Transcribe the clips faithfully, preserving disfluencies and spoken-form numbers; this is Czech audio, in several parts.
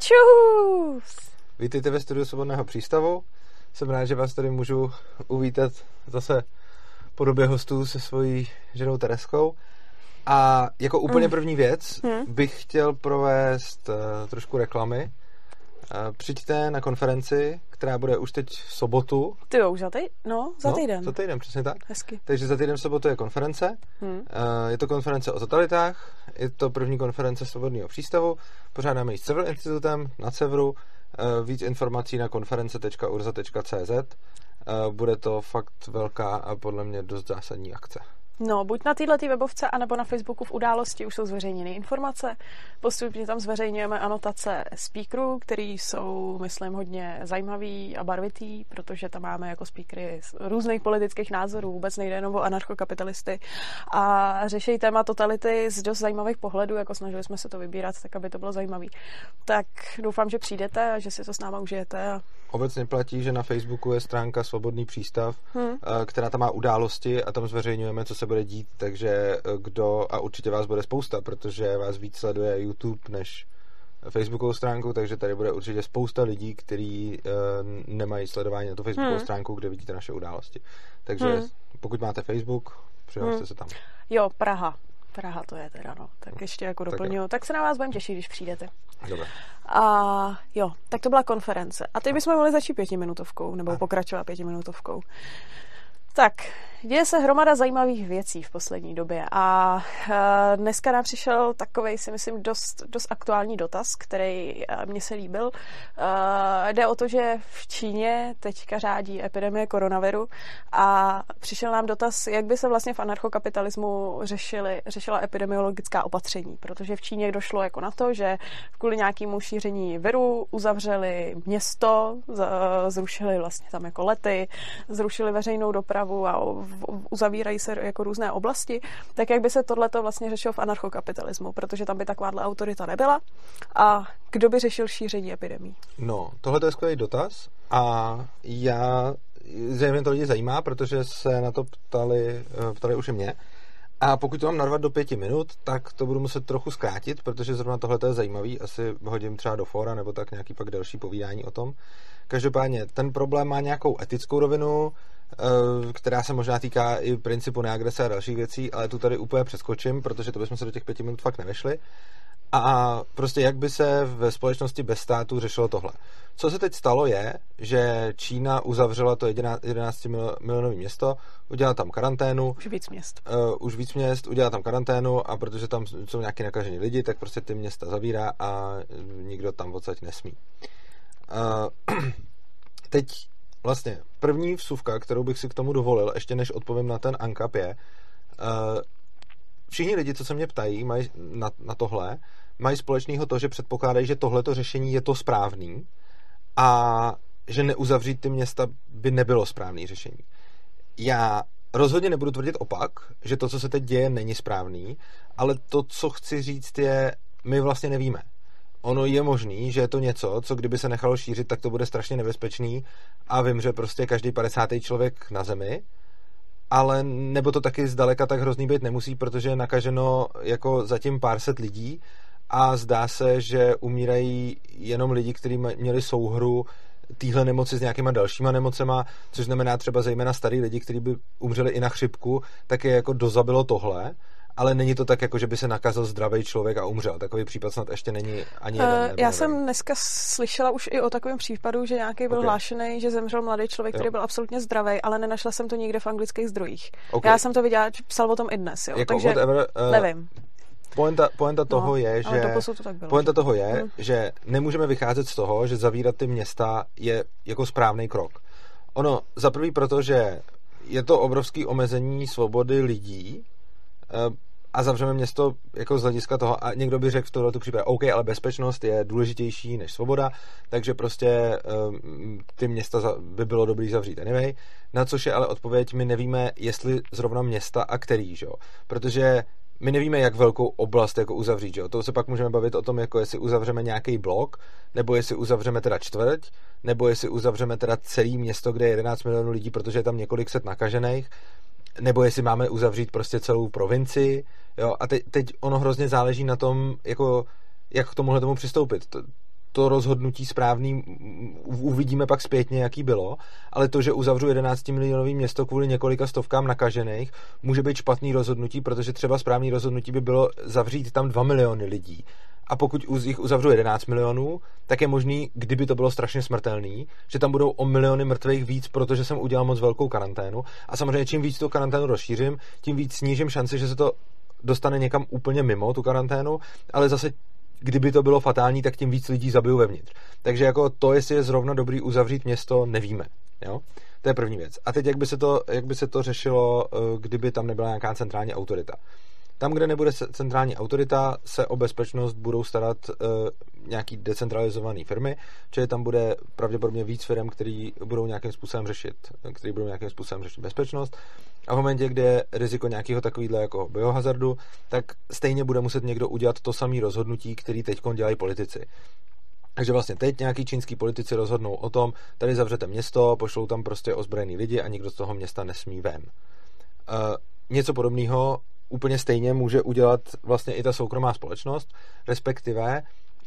Čus! Vítejte ve studiu Svobodného přístavu. Jsem rád, že vás tady můžu uvítat zase po době hostů se svojí ženou Tereskou. A jako úplně první věc mm. bych chtěl provést uh, trošku reklamy. Uh, přijďte na konferenci, která bude už teď v sobotu. Ty jo, už za týden? No, za týden. No, za týden, přesně tak. Hezky. Takže za týden v sobotu je konference. Mm. Uh, je to konference o totalitách, je to první konference Svobodného přístavu. Pořádáme ji s Civil Institutem na Severu. Uh, víc informací na konference tečka urza tečka cé zet. Uh, bude to fakt velká a podle mě dost zásadní akce. No, buď na této webovce, anebo na Facebooku v události už jsou zveřejněny informace. Postupně tam zveřejňujeme anotace speakerů, který jsou, myslím, hodně zajímavý a barvitý, protože tam máme jako speakery z různých politických názorů, vůbec nejde jenom o anarchokapitalisty. A řeší téma totality z dost zajímavých pohledů, jako snažili jsme se to vybírat, tak aby to bylo zajímavý. Tak doufám, že přijdete a že si to s náma užijete. A... Obecně platí, že na Facebooku je stránka Svobodný přístav, hmm. která tam má události a tam zveřejňujeme, co se bude dít, takže kdo, a určitě vás bude spousta, protože vás víc sleduje YouTube než Facebookovou stránku, takže tady bude určitě spousta lidí, kteří uh, nemají sledování na tu Facebookovou hmm. stránku, kde vidíte naše události. Takže hmm. pokud máte Facebook, přihlašte hmm. se tam. Jo, Praha. Praha to je teda, no. Tak ještě jako doplňuji. Tak, tak se na vás budeme těšit, když přijdete. Dobře. A jo, tak to byla konference. A teď bychom mohli začít pětiminutovkou, nebo pokračovat pětiminutovkou. Tak, děje se hromada zajímavých věcí v poslední době a e, dneska nám přišel takovej, si myslím, dost, dost aktuální dotaz, který e, mně se líbil. E, jde o to, že v Číně teďka řádí epidemie koronaviru a přišel nám dotaz, jak by se vlastně v anarchokapitalismu řešili, řešila epidemiologická opatření, protože v Číně došlo jako na to, že kvůli nějakému šíření viru uzavřeli město, zrušili vlastně tam jako lety, zrušili veřejnou dopravu a uzavírají se jako různé oblasti, tak jak by se tohleto vlastně řešilo v anarchokapitalismu, protože tam by takováhle autorita nebyla a kdo by řešil šíření epidemí? No, tohle je skvělý dotaz a já, zřejmě to lidi zajímá, protože se na to ptali, ptali už i mě. A pokud to mám narvat do pěti minut, tak to budu muset trochu zkrátit, protože zrovna tohle je zajímavý, asi hodím třeba do fóra nebo tak nějaký pak další povídání o tom. Každopádně ten problém má nějakou etickou rovinu, která se možná týká i principu neagrese a dalších věcí, ale tu tady úplně přeskočím, protože to bychom se do těch pěti minut fakt nevešli. A prostě jak by se ve společnosti bez státu řešilo tohle. Co se teď stalo je, že Čína uzavřela to jedenáctimilionové město, udělala tam karanténu. Už víc měst. Uh, už víc měst, udělala tam karanténu a protože tam jsou nějaký nakažení lidi, tak prostě ty města zavírá a nikdo tam odsaď nesmí. Uh, teď vlastně první vsuvka, kterou bych si k tomu dovolil, ještě než odpovím na ten ANCAP je, uh, všichni lidi, co se mě ptají mají na, na tohle, mají společného to, že předpokládají, že tohleto řešení je to správný a že neuzavřít ty města by nebylo správný řešení. Já rozhodně nebudu tvrdit opak, že to, co se teď děje, není správný, ale to, co chci říct, je, my vlastně nevíme. Ono je možný, že je to něco, co kdyby se nechalo šířit, tak to bude strašně nebezpečný a vymře prostě každý padesátý člověk na zemi, ale nebo to taky zdaleka tak hrozný být nemusí, protože je nakaženo jako zatím pár set lidí a zdá se, že umírají jenom lidi, kteří měli souhru téhle nemoci s nějakýma dalšíma nemocema, což znamená třeba zejména starý lidi, kteří by umřeli i na chřipku, tak je jako dozabilo tohle, ale není to tak, jako že by se nakazil zdravý člověk a umřel. Takový případ snad ještě není ani jeden. Uh, já jsem dneska slyšela už i o takovém případu, že nějaký byl okay. hlášený, že zemřel mladý člověk, jo. který byl absolutně zdravý, ale nenašla jsem to nikde v anglických zdrojích. Okay. Já jsem to viděla, psal o tom i dnes, jo. Jako takže whatever, uh, nevím. Poenta, poenta toho no, je, že to tak bylo, poenta že? toho je, hmm. že nemůžeme vycházet z toho, že zavírat ty města je jako správný krok. Ono za prvý proto, že je to obrovský omezení svobody lidí a zavřeme město jako z hlediska toho a někdo by řekl v tohleto případě OK, ale bezpečnost je důležitější než svoboda, takže prostě um, ty města by bylo dobrý zavřít anyway. Na což je ale odpověď, my nevíme, jestli zrovna města a který, že jo? Protože my nevíme, jak velkou oblast jako uzavřít, že jo? To se pak můžeme bavit o tom, jako jestli uzavřeme nějaký blok, nebo jestli uzavřeme teda čtvrť, nebo jestli uzavřeme teda celý město, kde je jedenáct milionů lidí, protože je tam několik set nakažených, nebo jestli máme uzavřít prostě celou provincii, jo? A teď, teď ono hrozně záleží na tom, jako jak k tomuhle tomu přistoupit. To, to rozhodnutí správný uvidíme pak zpětně, jaký bylo, ale to, že uzavřu jedenáctimilionový město kvůli několika stovkám nakažených, může být špatný rozhodnutí, protože třeba správný rozhodnutí by bylo zavřít tam dva miliony lidí. A pokud jich uzavřu jedenáct milionů, tak je možný, kdyby to bylo strašně smrtelný, že tam budou o miliony mrtvých víc, protože jsem udělal moc velkou karanténu. A samozřejmě čím víc tu karanténu rozšířím, tím víc snížím šanci, že se to dostane někam úplně mimo tu karanténu, ale zase kdyby to bylo fatální, tak tím víc lidí zabiju vevnitř. Takže jako to, jestli je zrovna dobrý uzavřít město, nevíme. Jo? To je první věc. A teď, jak by se to, jak by se to řešilo, kdyby tam nebyla nějaká centrální autorita. Tam, kde nebude centrální autorita, se o bezpečnost budou starat uh, nějaký decentralizované firmy, čili tam bude pravděpodobně víc firm, který budou nějakým způsobem řešit, který budou nějakým způsobem řešit bezpečnost. A v momentě, kdy je riziko nějakého takového jako biohazardu, tak stejně bude muset někdo udělat to samé rozhodnutí, který teď dělají politici. Takže vlastně teď nějaký čínský politici rozhodnou o tom, tady zavřete město, pošlou tam prostě ozbrojený lidi a nikdo z toho města nesmí ven. Uh, něco podobného úplně stejně může udělat vlastně i ta soukromá společnost, respektive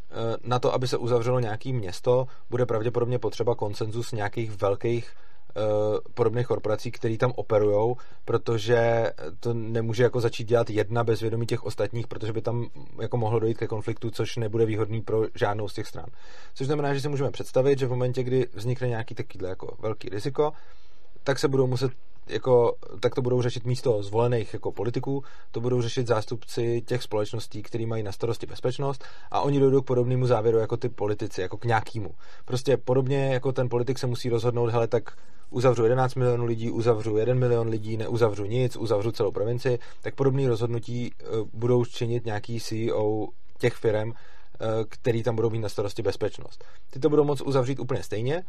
na to, aby se uzavřelo nějaké město, bude pravděpodobně potřeba konsenzus nějakých velkých podobných korporací, které tam operujou, protože to nemůže jako začít dělat jedna bez vědomí těch ostatních, protože by tam jako mohlo dojít ke konfliktu, což nebude výhodný pro žádnou z těch stran. Což znamená, že si můžeme představit, že v momentě, kdy vznikne nějaký takovýhle jako velký riziko, tak se budou muset jako, tak to budou řešit místo zvolených jako politiků, to budou řešit zástupci těch společností, který mají na starosti bezpečnost a oni dojdou k podobnému závěru jako ty politici, jako k nějakému. Prostě podobně jako ten politik se musí rozhodnout, hele, tak uzavřu jedenáct milionů lidí, uzavřu jeden milion lidí, neuzavřu nic, uzavřu celou provincii, tak podobné rozhodnutí budou činit nějaký C E O těch firm, který tam budou mít na starosti bezpečnost. Ty to budou moct uzavřít úplně stejně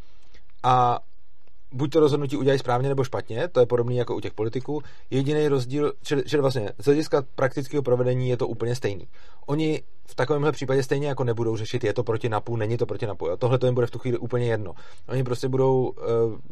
a buď to rozhodnutí udělají správně nebo špatně, to je podobný jako u těch politiků. Jediný rozdíl, čili, čili vlastně z hlediska praktického provedení je to úplně stejný. Oni v takovémhle případě stejně jako nebudou řešit, je to proti NAPu, není to proti NAPu. Tohle to jim bude v tu chvíli úplně jedno. Oni prostě budou uh,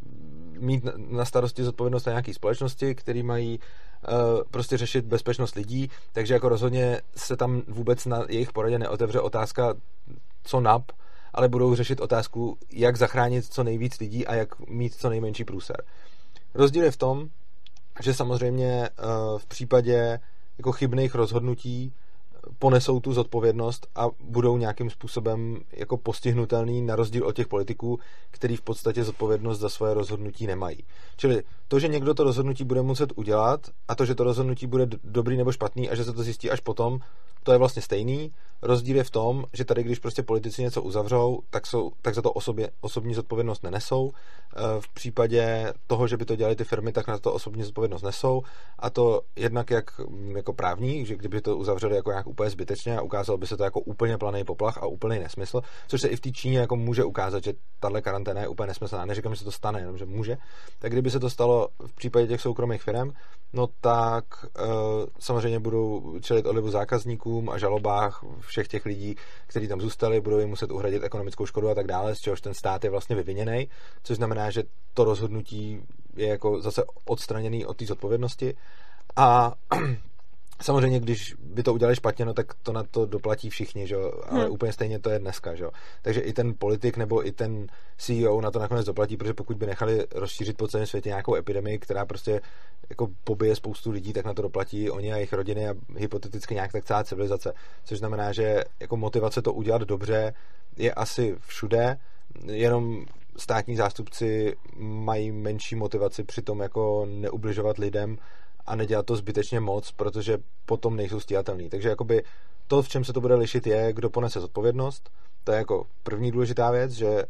mít na starosti zodpovědnost na nějaké společnosti, které mají uh, prostě řešit bezpečnost lidí, takže jako rozhodně se tam vůbec na jejich poradě neotevře otázka, co NAP, ale budou řešit otázku, jak zachránit co nejvíc lidí a jak mít co nejmenší průser. Rozdíl je v tom, že samozřejmě v případě jako chybných rozhodnutí ponesou tu zodpovědnost a budou nějakým způsobem jako postihnutelný na rozdíl od těch politiků, kteří v podstatě zodpovědnost za svoje rozhodnutí nemají. Čili to, že někdo to rozhodnutí bude muset udělat a to, že to rozhodnutí bude dobrý nebo špatný a že se to zjistí až potom, to je vlastně stejný. Rozdíl je v tom, že tady, když prostě politici něco uzavřou, tak, jsou, tak za to osobě, osobní zodpovědnost nenesou. V případě toho, že by to dělali ty firmy, tak na to osobní zodpovědnost nesou. A to jednak jak jako právní, že kdyby to uzavřeli jako nějak úplně zbytečně a ukázalo by se to jako úplně planý poplach a úplný nesmysl, což se i v té Číně jako může ukázat, že tahle karanténa je úplně nesmyslná. Neříkám, že se to stane, jenom že může. Tak kdyby se to stalo v případě těch soukromých firm, no tak e, samozřejmě budou čelit odlivu zákazníkům a žalobách všech těch lidí, kteří tam zůstali, budou jim muset uhradit ekonomickou škodu a tak dále, z čehož ten stát je vlastně vyviněný, což znamená, že to rozhodnutí je jako zase odstraněný od té zodpovědnosti. A samozřejmě, když by to udělali špatně, no tak to na to doplatí všichni, že jo? Ale hmm. úplně stejně to je dneska, že jo? Takže i ten politik nebo i ten C E O na to nakonec doplatí, protože pokud by nechali rozšířit po celém světě nějakou epidemii, která prostě jako pobije spoustu lidí, tak na to doplatí oni a jejich rodiny a hypoteticky nějak tak celá civilizace. Což znamená, že jako motivace to udělat dobře je asi všude, jenom státní zástupci mají menší motivaci při tom jako neubližovat lidem a nedělat to zbytečně moc, protože potom nejsou stíhatelný. Takže jakoby to, v čem se to bude lišit, je, kdo ponese zodpovědnost. To je jako první důležitá věc, že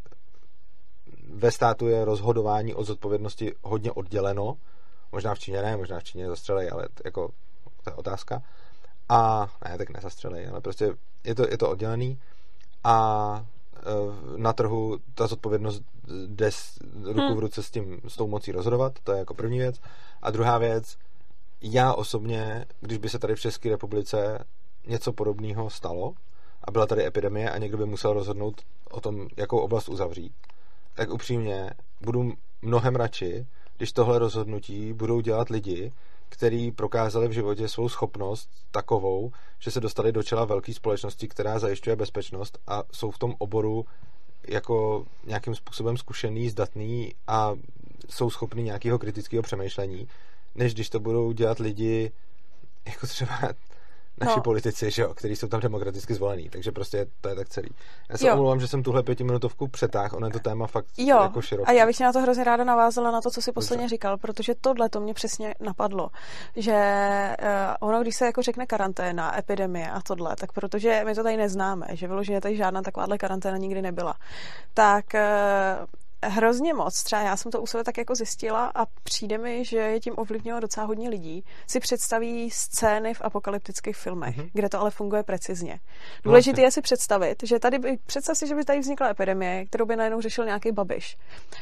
ve státu je rozhodování o zodpovědnosti hodně odděleno. Možná v Číně ne, možná v Číně zastřelej, ale jako to je otázka. A ne, tak nezastřelej, ale prostě je to, je to oddělený. A na trhu ta zodpovědnost jde ruku v ruce s tím, s tou mocí rozhodovat, to je jako první věc. A druhá věc, já osobně, když by se tady v České republice něco podobného stalo a byla tady epidemie a někdo by musel rozhodnout o tom, jakou oblast uzavřít, tak upřímně budu mnohem radši, když tohle rozhodnutí budou dělat lidi, který prokázali v životě svou schopnost takovou, že se dostali do čela velké společnosti, která zajišťuje bezpečnost a jsou v tom oboru jako nějakým způsobem zkušený, zdatný a jsou schopni nějakého kritického přemýšlení, než když to budou dělat lidi jako třeba naši no. politici, že jo, kteří jsou tam demokraticky zvolení, takže prostě to je tak celý. Já se jo. omlouvám, že jsem tuhle pětiminutovku přetáhl, ono je to téma fakt jo. jako široké. A já bych na to hrozně ráda navázala na to, co si posledně Dobře. říkal, protože tohle to mě přesně napadlo, že uh, ono, když se jako řekne karanténa, epidemie a tohle, tak protože my to tady neznáme, že vyloženě tady žádná takováhle karanténa nikdy nebyla, tak uh, hrozně moc, třeba já jsem to u sebe tak jako zjistila a přijde mi, že je tím ovlivnilo docela hodně lidí, si představí scény v apokalyptických filmech, mm-hmm. kde to ale funguje precizně. Důležité je si představit, že tady by, představ si, že by tady vznikla epidemie, kterou by najednou řešil nějaký Babiš.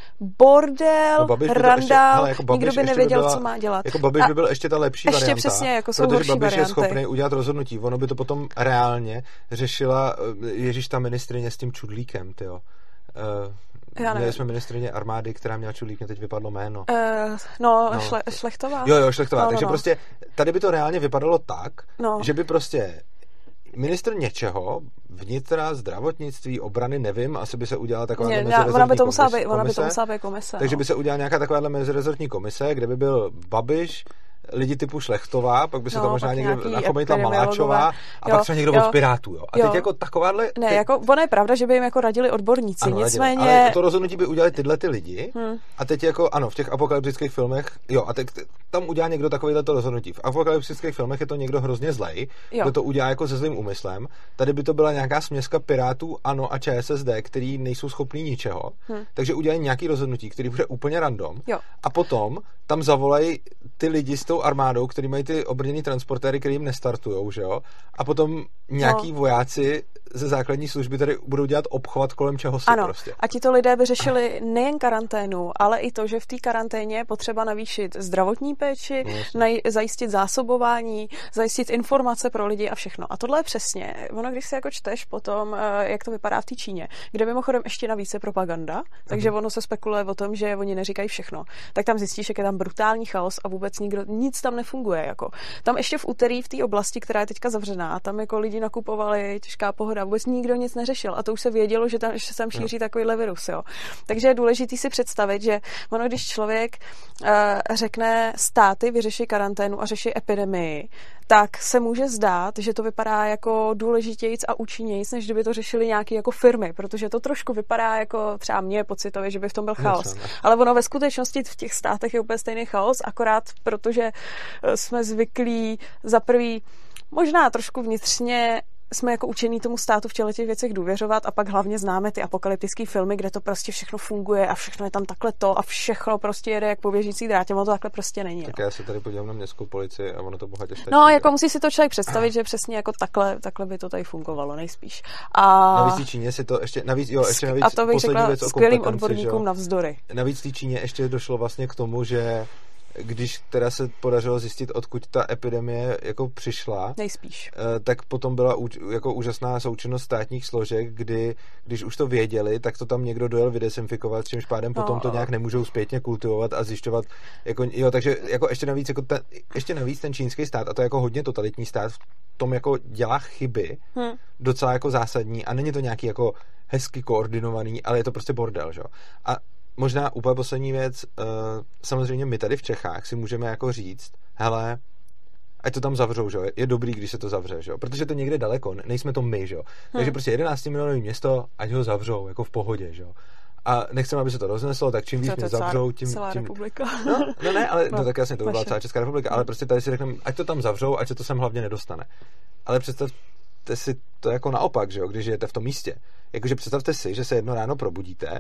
Bordel, no, Babiš randál, by jako nikdo by nevěděl, by byla, co má dělat. Jako Babiš a by byl ještě ta lepší ještě varianta. Přesně, jako jsou protože horší Babiš varianty. je schopný udělat rozhodnutí. Ono by to potom reálně řešila, ježíš, ta ministryně s tím čudlíkem, tyjo. Uh, Měli jsme ministryně armády, která měla čudlík, mě teď vypadlo jméno. Uh, no, no. Šle, Šlechtová. Jo, jo, Šlechtová. No, Takže no, no. prostě tady by to reálně vypadalo tak, no. že by prostě ministr něčeho, vnitra, zdravotnictví, obrany, nevím, asi by se udělala taková mezirezortní ona by to musela komise, být, ona by to musela být komise. Takže no. by se udělala nějaká takováhle mezirezortní komise, kde by byl Babiš, lidi typu Šlechtová, pak by se no, to možná někde nachomejtla Maláčová a jo, pak třeba někdo jo, od Pirátů. Jo. A jo. teď jako takováhle... Ne, jako, ono je pravda, že by jim jako radili odborníci, ano, nicméně... Radili. Ale to rozhodnutí by udělali tyhle ty lidi hmm. a teď jako, ano, v těch apokalyptických filmech, jo, a teď tam udělá někdo takovýhle to rozhodnutí. V apokalyptických filmech je to někdo hrozně zlej, jo. kdo to udělá jako se zlým úmyslem. Tady by to byla nějaká směska Pirátů, ANO a ČSSD, který nejsou schopní ničeho, hmm. takže udělají nějaký rozhodnutí, který bude úplně random. Jo. A potom tam zavolají ty lidi s tou armádou, který mají ty obrněný transportéry, který jim nestartujou, že jo? A potom nějaký no. vojáci ze základní služby tady budou dělat obchvat kolem čeho si ano. prostě. A tito lidé by řešili nejen karanténu, ale i to, že v té karanténě je potřeba navýšit zdravotní péči, no, naj- zajistit zásobování, zajistit informace pro lidi a všechno. A tohle je přesně. Ono, když si jako čteš potom, jak to vypadá v té Číně, kde mimochodem ještě navíc je propaganda, takže ono se spekuluje o tom, že oni neříkají všechno. Tak tam zjistíš, jak je tam brutální chaos a vůbec nikdo, nic tam nefunguje. Jako. Tam ještě v úterý v té oblasti, která je teďka zavřená, tam jako lidi nakupovali, těžká pohoda, vůbec nikdo nic neřešil a to už se vědělo, že tam, že se tam šíří no. takovýhle virus. Jo. Takže je důležitý si představit, že ono, když člověk uh, řekne státy vyřeší karanténu a řeší epidemii, tak se může zdát, že to vypadá jako důležitějc a účinnějc, než kdyby to řešili nějaké jako firmy, protože to trošku vypadá jako třeba mě pocitově, že by v tom byl chaos. Ne. Ale ono ve skutečnosti v těch státech je úplně stejný chaos, akorát protože jsme zvyklí za prvý možná trošku vnitřně jsme jako učení tomu státu v těchto těch věcech důvěřovat a pak hlavně známe ty apokalyptické filmy, kde to prostě všechno funguje a všechno je tam takhle to a všechno prostě jede jak po běžící drátě, ono to takhle prostě není. Tak no. já se tady podívám na městskou policii a ono to bohatě stačí. No, jako musí si to člověk představit, že přesně jako takhle, takhle by to tady fungovalo, nejspíš. A navíc v Číně si to ještě, navíc, jo, ještě navíc a to bych řekla věc o skvělým odborníkům navzdory. Navíc v Číně ještě došlo vlastně k tomu, že když teda se podařilo zjistit, odkud ta epidemie jako přišla, nejspíš, tak potom byla jako úžasná součinnost státních složek, kdy, když už to věděli, tak to tam někdo dojel vydesinfikovat, čímž pádem no, potom to nějak nemůžou zpětně kultivovat a zjišťovat, jako, jo, takže jako ještě navíc, jako ten, ještě navíc ten čínský stát, a to je jako hodně totalitní stát, v tom jako dělá chyby, hmm. docela jako zásadní a není to nějaký jako hezky koordinovaný, ale je to prostě bordel, že jo. A možná úplně poslední věc, uh, samozřejmě my tady v Čechách si můžeme jako říct, hele, ať to tam zavřou, že jo, je dobrý, když se to zavře, že jo, protože to někde daleko, nejsme to my, že jo, hmm. takže prostě jedenáctimilionový město, ať ho zavřou, jako v pohodě, že jo. A nechceme, aby se to rozneslo, tak čím víc mě zavřou, tím... Celá tím... republika. No, no ne, ale no, no tak jasně, to by byla naše. celá Česká republika, ale prostě tady si řekneme, ať to tam zavřou, ať se to sem hlavně nedostane. Ale představte si to jako naopak, že jo, když žijete v tom místě. Jakože představte si, že se jedno ráno probudíte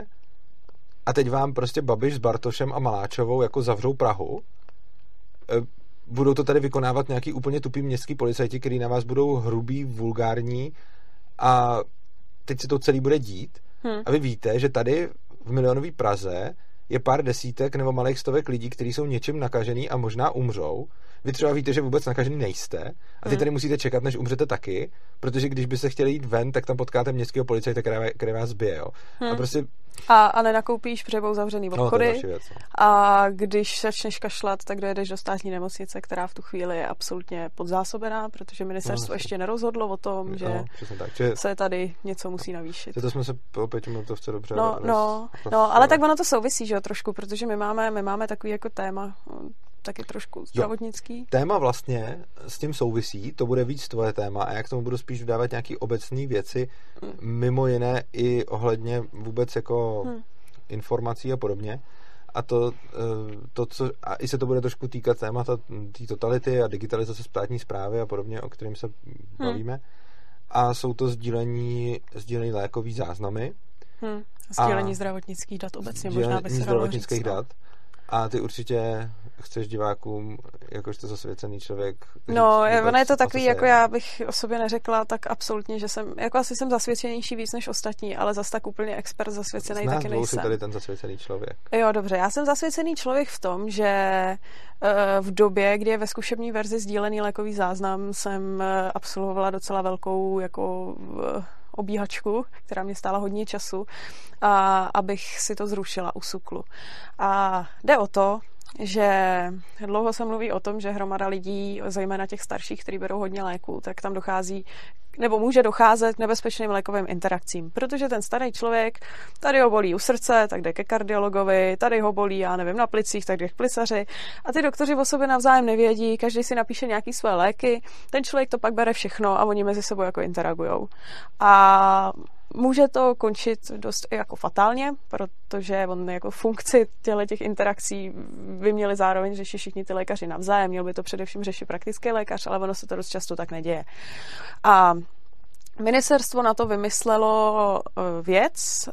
a teď vám prostě Babiš s Bartošem a Maláčovou jako zavřou Prahu. Budou to tady vykonávat nějaký úplně tupý městský policajti, který na vás budou hrubý, vulgární a teď se to celý bude dít. Hmm. A vy víte, že tady v milionové Praze je pár desítek nebo malých stovek lidí, kteří jsou něčím nakažený a možná umřou. vy třeba víte, že vůbec nakažený nejste a ty hmm. tady musíte čekat, než umřete taky, protože když by se chtěli jít ven, tak tam potkáte městského policajta, který, který vás bije, jo. Hmm. A prostě A, a nenakoupíš, protože budou zavřený obchody. No, věc, no. A když začneš kašlat, tak dojedeš do státní nemocnice, která v tu chvíli je absolutně podzásobená, protože ministerstvo no, ještě nerozhodlo o tom, no, že tak, že se tady něco musí navýšit. To jsme se po pětiminutovce dobře No, roz, no, roz, no ale tak ono to souvisí, že jo, trošku, protože my máme, my máme takový jako téma, taky trošku zdravotnický. Jo, téma vlastně s tím souvisí, to bude víc tvoje téma a já k tomu budu spíš dodávat nějaký obecné věci, hmm. mimo jiné i ohledně vůbec jako hmm. informací a podobně. A to, to, co, a i se to bude trošku týkat témata té totality a digitalizace státní správy a podobně, o kterým se hmm. bavíme. A jsou to sdílení, sdílení lékový záznamy. Hmm. Sdílení zdravotnických dat obecně, možná by se dalo říct. dat. A ty určitě chceš divákům, jakožto zasvěcený člověk. No, ono je to takový, jako já bych o sobě neřekla tak absolutně, že jsem, jako asi jsem zasvěcenější víc než ostatní, ale zas tak úplně expert zasvěcený taky nejsem. Z nás tady ten zasvěcený člověk. Jo, dobře, já jsem zasvěcený člověk v tom, že v době, kdy je ve zkušební verzi sdílený lékový záznam, jsem absolvovala docela velkou jako obíhačku, která mě stála hodně času, a abych si to zrušila u SÚKLu. A jde o to, že dlouho se mluví o tom, že hromada lidí, zejména těch starších, kteří berou hodně léků, tak tam dochází nebo může docházet k nebezpečným lékovým interakcím, protože ten starý člověk, tady ho bolí u srdce, tak jde ke kardiologovi, tady ho bolí, já nevím, na plicích, tak jde k plicaři a ty doktoři o sobě navzájem nevědí, každý si napíše nějaký své léky, ten člověk to pak bere všechno a oni mezi sebou jako interagujou. A může to končit dost jako fatálně, protože on jako funkci těch interakcí by měli zároveň řešit všichni ty lékaři navzájem, měl by to především řešit praktický lékař, ale ono se to dost často tak neděje. A ministerstvo na to vymyslelo věc,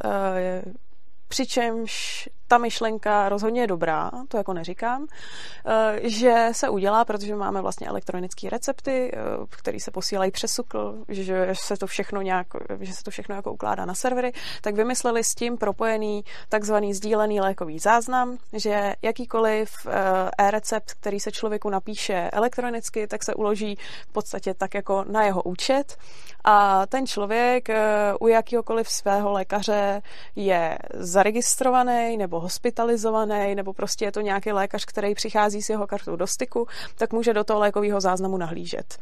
přičemž ta myšlenka rozhodně je dobrá, to jako neříkám, že se udělá, protože máme vlastně elektronické recepty, které se posílají přes SÚKL, že se to všechno nějak, že se to všechno jako ukládá na servery, tak vymysleli s tím propojený takzvaný sdílený lékový záznam, že jakýkoliv e-recept, který se člověku napíše elektronicky, tak se uloží v podstatě tak jako na jeho účet a ten člověk u jakýhokoliv svého lékaře je zaregistrovaný nebo hospitalizovaný, nebo prostě je to nějaký lékař, který přichází s jeho kartou do styku, tak může do toho lékového záznamu nahlížet.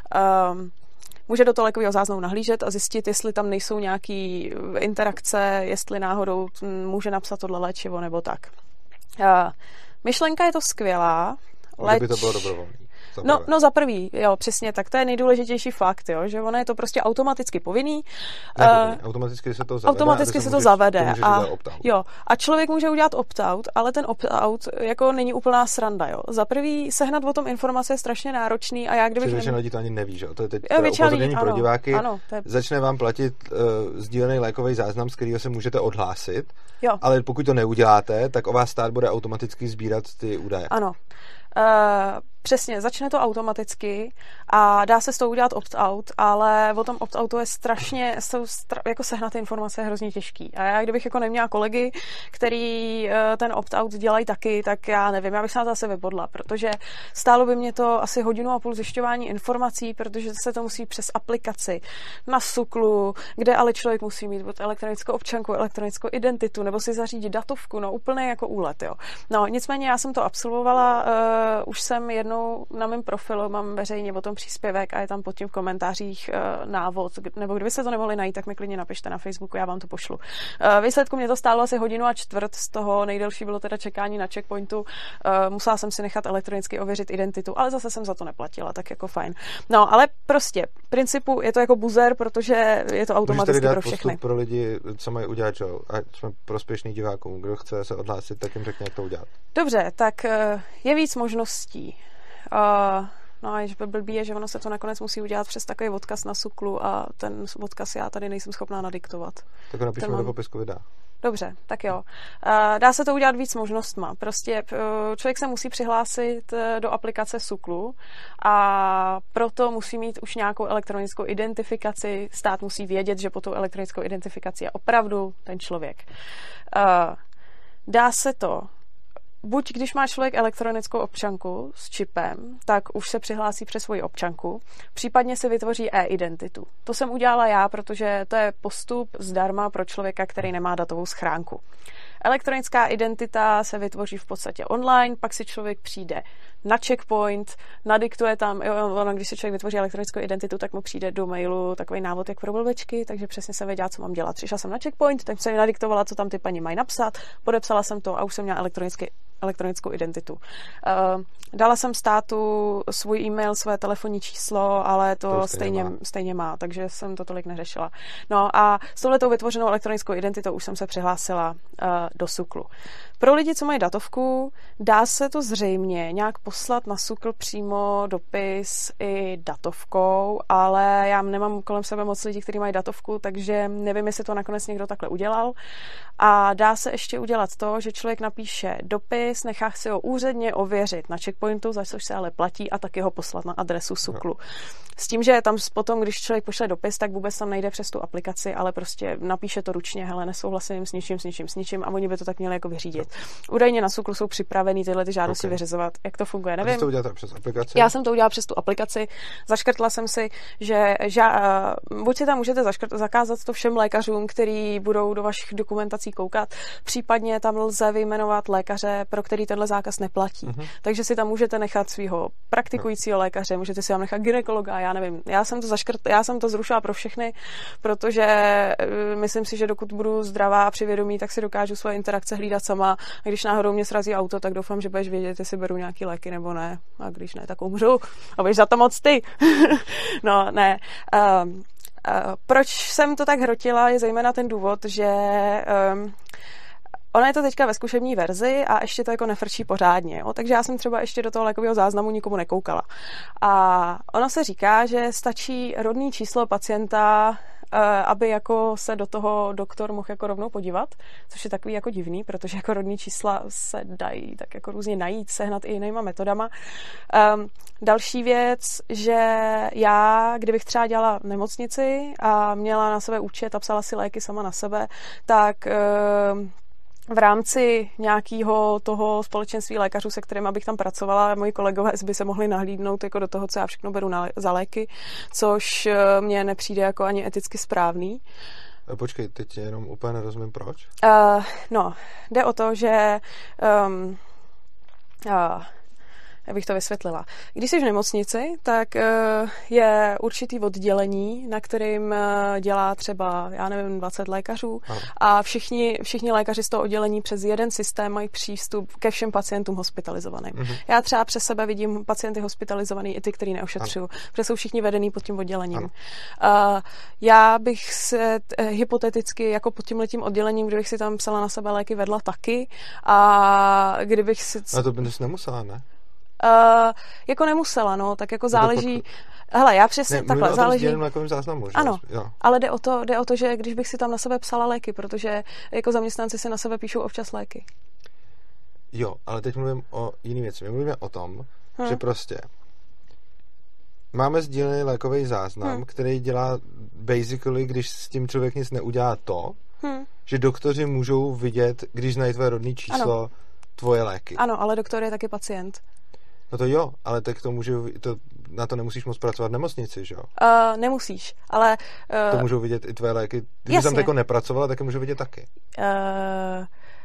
Um, může do toho lékového záznamu nahlížet a zjistit, jestli tam nejsou nějaký interakce, jestli náhodou může napsat tohle léčivo nebo tak. Uh, myšlenka je to skvělá. Leč... by to bylo dobrovolné. No, no za prvý, jo, přesně, tak to je nejdůležitější fakt, jo, že ono je to prostě automaticky povinný. Ne, uh, automaticky se to zavede. Automaticky se, se to můžeš, zavede. To a, jo, a člověk může udělat opt-out, ale ten opt-out jako není úplná sranda, jo. Za prvý sehnat o tom informace je strašně náročný a já kdybych... Většina nem... lidí to ani neví, že jo. To je teď upozornění pro diváky. Ano, je... Začne vám platit uh, sdílený lékový záznam, z kterého se můžete odhlásit, jo. Ale pokud to neuděláte, tak o vás stát bude automaticky sbírat ty údaje. Ano. Uh, přesně, začne to automaticky a dá se s tou udělat opt-out, ale o tom opt-outu je strašně, jsou stra- jako sehnat ty informace je hrozně těžký. A já kdybych jako neměla kolegy, který uh, ten opt-out dělají taky, tak já nevím, já bych se na to asi vypodla, protože stálo by mě to asi hodinu a půl zjišťování informací, protože se to musí přes aplikaci na SÚKLu, kde ale člověk musí mít od elektronickou občanku, elektronickou identitu, nebo si zařídit datovku, no úplně jako úlet, jo. No, nicméně já jsem to absolvovala, uh, Uh, už jsem jednou na mém profilu, mám veřejně o tom příspěvek a je tam pod tím v komentářích uh, návod, nebo kdybyste to nemohli najít, tak mi klidně napište na Facebooku, já vám to pošlu. Uh, výsledku mě to stálo asi hodinu a čtvrt, z toho nejdelší bylo teda čekání na checkpointu, uh, musela jsem si nechat elektronicky ověřit identitu, ale zase jsem za to neplatila, tak jako fajn. No, ale prostě, v principu je to jako buzzer, protože je to automaticky pro všechny. Postup pro lidi, co mají udělat, čo? Ať jsme prospěšný divákům, kdo chce se odhlásit, tak jim řekne, jak to udělat. Dobře, tak uh, je víc možností. Uh, no a blbý je, že ono se to nakonec musí udělat přes takový odkaz na SÚKLu a ten odkaz já tady nejsem schopná nadiktovat. Tak ho napíšeme mám... do popisku videa. Dobře, tak jo. Uh, dá se to udělat víc možnostma. Prostě uh, člověk se musí přihlásit do aplikace SÚKLu a proto musí mít už nějakou elektronickou identifikaci. Stát musí vědět, že po tou elektronickou identifikaci je opravdu ten člověk. Uh, dá se to buď když má člověk elektronickou občanku s čipem, tak už se přihlásí přes svoji občanku, případně si vytvoří e-identitu. To jsem udělala já, protože to je postup zdarma pro člověka, který nemá datovou schránku. Elektronická identita se vytvoří v podstatě online, pak si člověk přijde na checkpoint, nadiktuje tam, jo, ono, když si člověk vytvoří elektronickou identitu, tak mu přijde do mailu takový návod, jak pro blbečky, takže přesně jsem věděla, co mám dělat. Přišla jsem na checkpoint, tak jsem nadiktovala, co tam ty paní mají napsat, podepsala jsem to a už jsem měla elektronicky, elektronickou identitu. Uh, dala jsem státu svůj e-mail, své telefonní číslo, ale to, to stejně, má. stejně má, takže jsem to tolik neřešila. No a s touhletou vytvořenou elektronickou identitou už jsem se přihlásila uh, do SÚKLu. Pro lidi, co mají datovku, dá se to zřejmě nějak poslat na SÚKL přímo dopis i datovkou, ale já nemám kolem sebe moc lidí, kteří mají datovku, takže nevím, jestli to nakonec někdo takhle udělal. A dá se ještě udělat to, že člověk napíše dopis, nechá si ho úředně ověřit na checkpointu, za což se ale platí, a taky ho poslat na adresu SÚKLu. S tím, že tam potom, když člověk pošle dopis, tak vůbec tam nejde přes tu aplikaci, ale prostě napíše to ručně, hele, nesouhlasím s ničím, s ničím, s ničím, a oni by to tak měli jako vyřídit. Údajně na SÚKLu jsou připravený tyhle ty žádosti okay. vyřizovat. Jak to funguje, nevím. A ty to udělat přes aplikaci? Já jsem to udělala přes tu aplikaci. Zaškrtla jsem si, že ža- buď si tam můžete zaškrt- zakázat to všem lékařům, kteří budou do vašich dokumentací koukat, případně tam lze vyjmenovat lékaře, pro který tenhle zákaz neplatí. Uh-huh. Takže si tam můžete nechat svého praktikujícího lékaře, můžete si tam nechat gynekologa, já nevím. Já jsem to zaškrt, já jsem to zrušila pro všechny, protože uh, myslím si, že dokud budu zdravá a přivědomí, tak si dokážu svoje interakce hlídat sama. A když náhodou mě srazí auto, tak doufám, že budeš vědět, jestli beru nějaký léky nebo ne. A když ne, tak umřu. A budeš za to moc ty. No, ne. Um, uh, proč jsem to tak hrotila, je zejména ten důvod, že um, ona je to teďka ve zkušební verzi a ještě to jako nefrčí pořádně. Jo? Takže já jsem třeba ještě do toho lékového záznamu nikomu nekoukala. A ono se říká, že stačí rodný číslo pacienta, aby jako se do toho doktor mohl jako rovnou podívat, což je takový jako divný, protože jako rodný čísla se dají tak jako různě najít, sehnat i jinýma metodama. Um, další věc, že já, kdybych třeba dělala nemocnici a měla na sebe účet a psala si léky sama na sebe, tak um, v rámci nějakého toho společenství lékařů, se kterým bych tam pracovala, moji kolegové by se mohli nahlídnout jako do toho, co já všechno beru na, za léky, což mně nepřijde jako ani eticky správný. Počkej, teď jenom úplně nerozumím, proč? Uh, no, jde o to, že um, uh, já bych to vysvětlila. Když jsi v nemocnici, tak uh, je určitý oddělení, na kterým uh, dělá třeba, já nevím, dvacet lékařů ano. a všichni, všichni lékaři z toho oddělení přes jeden systém mají přístup ke všem pacientům hospitalizovaným. Uh-huh. Já třeba přes sebe vidím pacienty hospitalizovaný i ty, který neošetřuju, protože jsou všichni vedený pod tím oddělením. Uh, já bych se t, hypoteticky jako pod tímhletím oddělením, kdybych si tam psala na sebe léky, vedla taky a kdybych si... A to bys nemusela, ne? Uh, jako nemusela, no, tak jako záleží... Hele, já přesně ne, takhle, záleží... Ne, záznamu, že? Ano, jo. ale jde o, to, jde o to, že když bych si tam na sebe psala léky, protože jako zaměstnanci si na sebe píšou občas léky. Jo, ale teď mluvím o jiný věci. My mluvíme o tom, hmm. že prostě máme sdílený lékový záznam, hmm. který dělá basically, když s tím člověk nic neudělá to, hmm. že doktoři můžou vidět, když znají tvoje rodné číslo, ano. tvoje léky. Ano, ale doktor je taky pacient. No to jo, ale tak to může, to, na to nemusíš moc pracovat v nemocnici, že jo? Uh, nemusíš, ale... Uh, to můžou vidět i tvoje léky. Když tam jako nepracovala, tak je můžou vidět taky. Uh,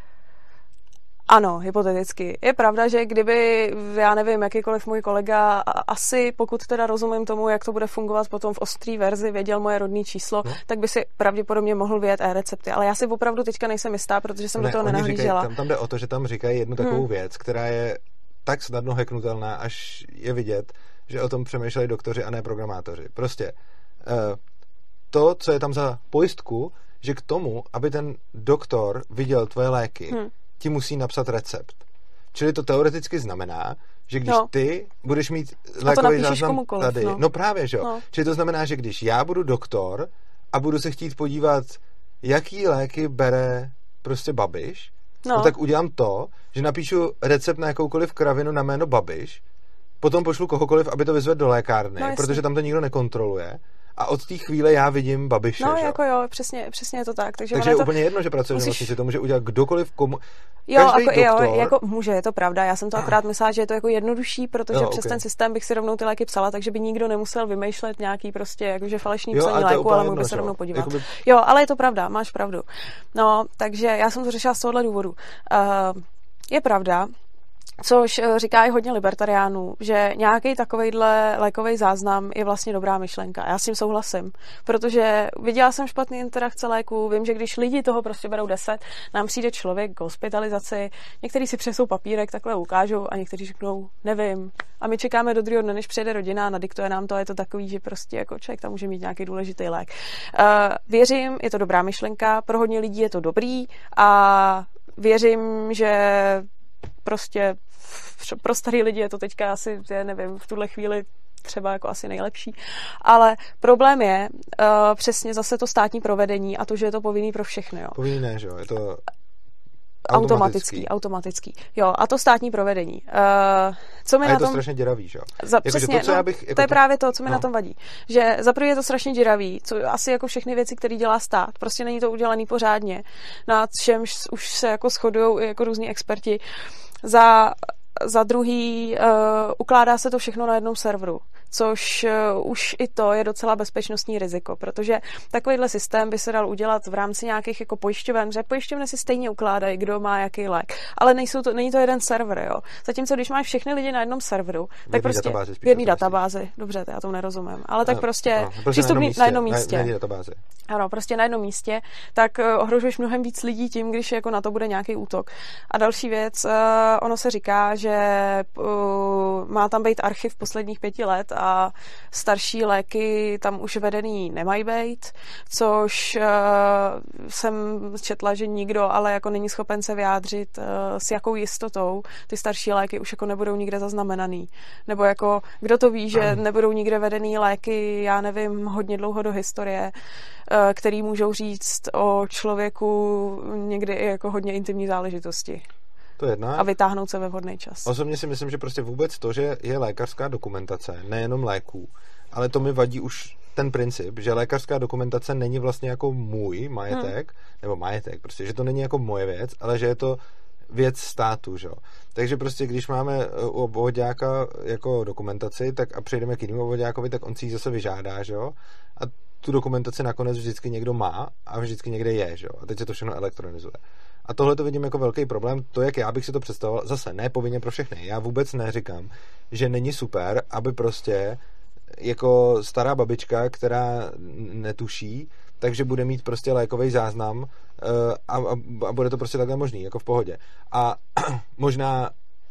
ano, hypoteticky. Je pravda, že kdyby, já nevím, jakýkoliv můj kolega, asi pokud teda rozumím tomu, jak to bude fungovat potom v ostrý verzi, věděl moje rodné číslo, no. tak by si pravděpodobně mohl vyjet e-recepty. Ale já si opravdu teďka nejsem jistá, protože jsem ne, do toho nenahlížela. Říkají, tam, tam jde o to, že tam říkají jednu takovou hmm. věc, která je tak snadno hacknutelná, až je vidět, že o tom přemýšlejí doktoři a ne programátoři. Prostě to, co je tam za pojistku, že k tomu, aby ten doktor viděl tvoje léky, hmm. ti musí napsat recept. Čili to teoreticky znamená, že když no. ty budeš mít lékový záznam tady, no. no právě, že jo. No. Čili to znamená, že když já budu doktor a budu se chtít podívat, jaký léky bere prostě Babiš, no. no tak udělám to, že napíšu recept na jakoukoliv kravinu na jméno Babiš, potom pošlu kohokoliv, aby to vyzvedl do lékárny, no, protože tam to nikdo nekontroluje, A od té chvíle já vidím Babiše. No, že? jako jo, přesně, přesně je to tak. Takže, Takže je to... úplně jedno, že pracuje musíš... v nemocnici, to může udělat kdokoliv, komu... Jo, Každý jako, doktor... jo, jako může, je to pravda. Já jsem to akorát myslela, že je to jako jednodušší, protože jo, přes okay. ten systém bych si rovnou ty léky psala, takže by nikdo nemusel vymýšlet nějaký prostě jakože falešný jo, psaní léku, ale mohl by se rovnou podívat. Jakoby... Jo, ale je to pravda, máš pravdu. No, takže já jsem to řešila z tohohle důvodu. Uh, je pravda, což říká i hodně libertariánů, že nějaký takovejhle lékový záznam je vlastně dobrá myšlenka. Já s tím souhlasím, protože viděla jsem špatný interakce léků, vím, že když lidi toho prostě berou deset, nám přijde člověk k hospitalizaci, někteří si přesou papírek, takhle ukážou a někteří řeknou, nevím. A my čekáme do druhého dne, než přijde rodina a nadiktuje nám to a je to takový, že prostě jako člověk tam může mít nějaký důležitý lék. Uh, věřím, je to dobrá myšlenka, pro hodně lidí je to dobrý a věřím, že prostě pro starý lidi je to teďka asi, já nevím, v tuhle chvíli třeba jako asi nejlepší. Ale problém je uh, přesně zase to státní provedení a to, že je to povinný pro všechny. Jo. Povinný ne, že jo? Je to automatický. Automatický, jo. A to státní provedení. Uh, co mi a na je to tom... strašně děravý, že jo? Za, jako, přesně, to, co no, já bych, jako to je to... právě to, co mi no. na tom vadí. Že za prvé je to strašně děravý, co asi jako všechny věci, které dělá stát. Prostě není to udělaný pořádně. Na čemž už se jako shodujou i jako různí experti. Za Za druhý, uh, ukládá se to všechno na jednom serveru, což uh, už i to je docela bezpečnostní riziko, protože takovýhle systém by se dal udělat v rámci nějakých jako pojišťoven, že pojišťovny si stejně ukládají, kdo má jaký lék, ale nejsou to, není to jeden server, jo. Zatímco když máš všechny lidi na jednom serveru, tak prostě databázi, v jedné databázi, dobře, to já tomu nerozumím, ale tak no, prostě, no, prostě přístupný na jednom místě. Na, na databázi. Ano, prostě na jednom místě, tak uh, ohrožuješ mnohem víc lidí tím, když jako na to bude nějaký útok. A další věc, uh, ono se říká, že uh, má tam být archiv posledních pěti let a starší léky tam už vedený nemají být, což uh, jsem četla, že nikdo ale jako není schopen se vyjádřit, uh, s jakou jistotou ty starší léky už jako nebudou nikde zaznamenaný. Nebo jako, kdo to ví, že nebudou nikde vedený léky, já nevím, hodně dlouho do historie, který můžou říct o člověku někdy i jako hodně intimní záležitosti. To jedna. A vytáhnout se ve vhodný čas. Osobně si myslím, že prostě vůbec to, že je lékařská dokumentace, nejenom léků, ale to mi vadí už ten princip, že lékařská dokumentace není vlastně jako můj majetek, hmm. nebo majetek, prostě, že to není jako moje věc, ale že je to věc státu, že jo. Takže prostě, když máme u obvoďáka jako dokumentaci, tak a přejdeme k jinému obvoďákovi, tak on si ji zase vyžádá, že jo. A tu dokumentaci nakonec vždycky někdo má a vždycky někde je, že jo. A teď se to všechno elektronizuje. A tohle to vidím jako velký problém. To, jak já bych si to představoval, zase ne povinně pro všechny. Já vůbec neříkám, že není super, aby prostě jako stará babička, která netuší, takže bude mít prostě lékový záznam a, a, a bude to prostě takhle možný, jako v pohodě. A možná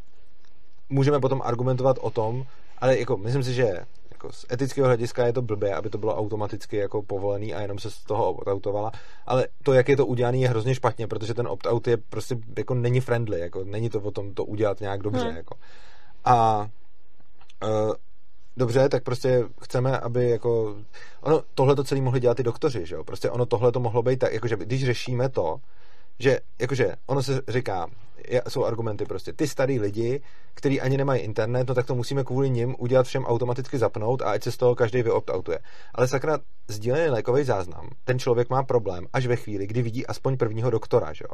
můžeme potom argumentovat o tom, ale jako myslím si, že jako z etického hlediska je to blbé, aby to bylo automaticky jako povolený a jenom se z toho optautovala, ale to, jak je to udělané, je hrozně špatně, protože ten opt-out je prostě jako není friendly, jako není to o tom to udělat nějak dobře, hmm. jako. A uh, dobře, tak prostě chceme, aby jako ono tohle to celý mohli dělat i doktoři, že jo? Prostě ono tohle to mohlo být tak, jakože když řešíme to, že jakože ono se říká, jsou argumenty prostě, ty starý lidi, kteří ani nemají internet, no tak to musíme kvůli nim udělat všem automaticky zapnout a ať se z toho každý vyopt-outuje. Ale sakra, sdílený lékový záznam, ten člověk má problém až ve chvíli, kdy vidí aspoň prvního doktora, že jo?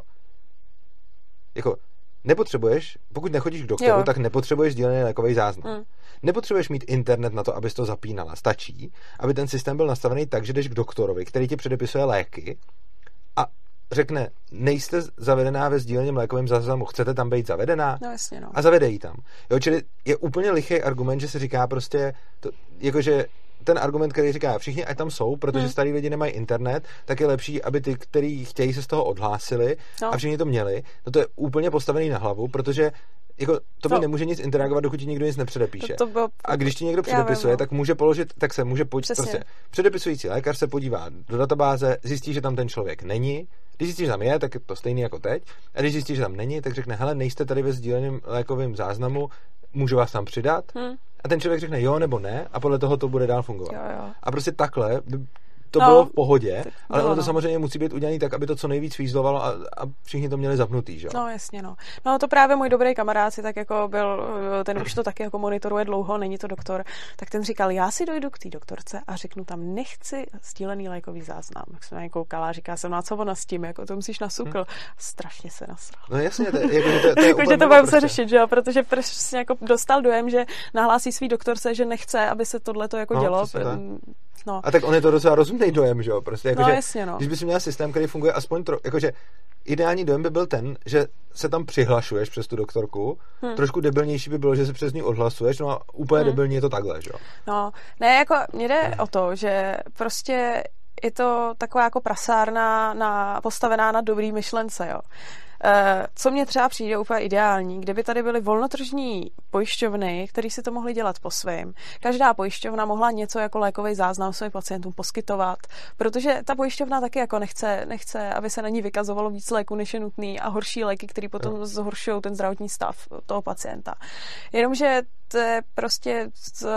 Jako nepotřebuješ, pokud nechodíš k doktoru, jo. tak nepotřebuješ sdílený lékový záznam. Hmm. Nepotřebuješ mít internet na to, abys to zapínala. Stačí, aby ten systém byl nastavený tak, že jdeš k doktorovi, který ti předepisuje léky a řekne, nejste zavedená ve sdíleném lékovém záznamu, chcete tam být zavedená? No jasně, no. A zavede ji tam. Jo, čili je úplně lichý argument, že se říká prostě, to, jakože ten argument, který říká, všichni ať tam jsou, protože hmm. starý lidi nemají internet, tak je lepší, aby ty, kteří chtějí, se z toho odhlásili no. a všichni to měli. No to je úplně postavený na hlavu, protože jako to by no. nemůže nic interagovat, dokud ti nikdo nic nepředepíše. To, to bylo... A když ti někdo předepisuje, vím, no. tak může položit, tak se může pojít, prostě předepisující lékař se podívá do databáze, zjistí, že tam ten člověk není. Když zjistí, že tam je, tak je to stejný jako teď. A když zjistí, že tam není, tak řekne, hele, nejste tady ve sdíleném lékovém záznamu, můžu vás tam přidat? Hmm. A ten člověk řekne jo nebo ne a podle toho to bude dál fungovat. Jo, jo. A prostě takhle by to no, bylo v pohodě, ale bylo, ono to no. samozřejmě musí být udělané tak, aby to co nejvíc fízlovalo a, a všichni to měli zapnutý, že? No jasně, no. No to právě můj dobrý kamarád si tak jako byl, ten už to taky jako monitoruje dlouho, není to doktor, tak ten říkal, já si dojdu k té doktorce a řeknu tam, nechci sdílený lékový záznam. Tak jsem na něj koukala a říká jsem, no a co ona s tím, jako to musíš nasukl. Hmm. Strašně se nasral. No jasně, to, jako, to, to je jako, že to budeme prostě. se řešit, že jo, protože prostě jako dostal dojem, že nahlásí svý doktorce, že nechce, aby se tohleto jako no, dělo. No. A tak on je to docela rozumný dojem, že jo? Prostě jako, no, že, jasně, no. Když bys měl systém, který funguje aspoň tro, jakože ideální dojem by byl ten, že se tam přihlašuješ přes tu doktorku, hmm. trošku debilnější by bylo, že se přes ní odhlasuješ, no a úplně hmm. debilní je to takhle, že jo? No, ne, jako mně jde hmm. o to, že prostě je to taková jako prasárna na, postavená na dobrý myšlence, jo. Co mně třeba přijde úplně ideální, kdyby tady byly volnotržní pojišťovny, které si to mohly dělat po svém. Každá pojišťovna mohla něco jako lékový záznam svým pacientům poskytovat, protože ta pojišťovna taky jako nechce, nechce, aby se na ní vykazovalo víc léků, než je nutný a horší léky, které potom zhoršují ten zdravotní stav toho pacienta. Jenomže to je prostě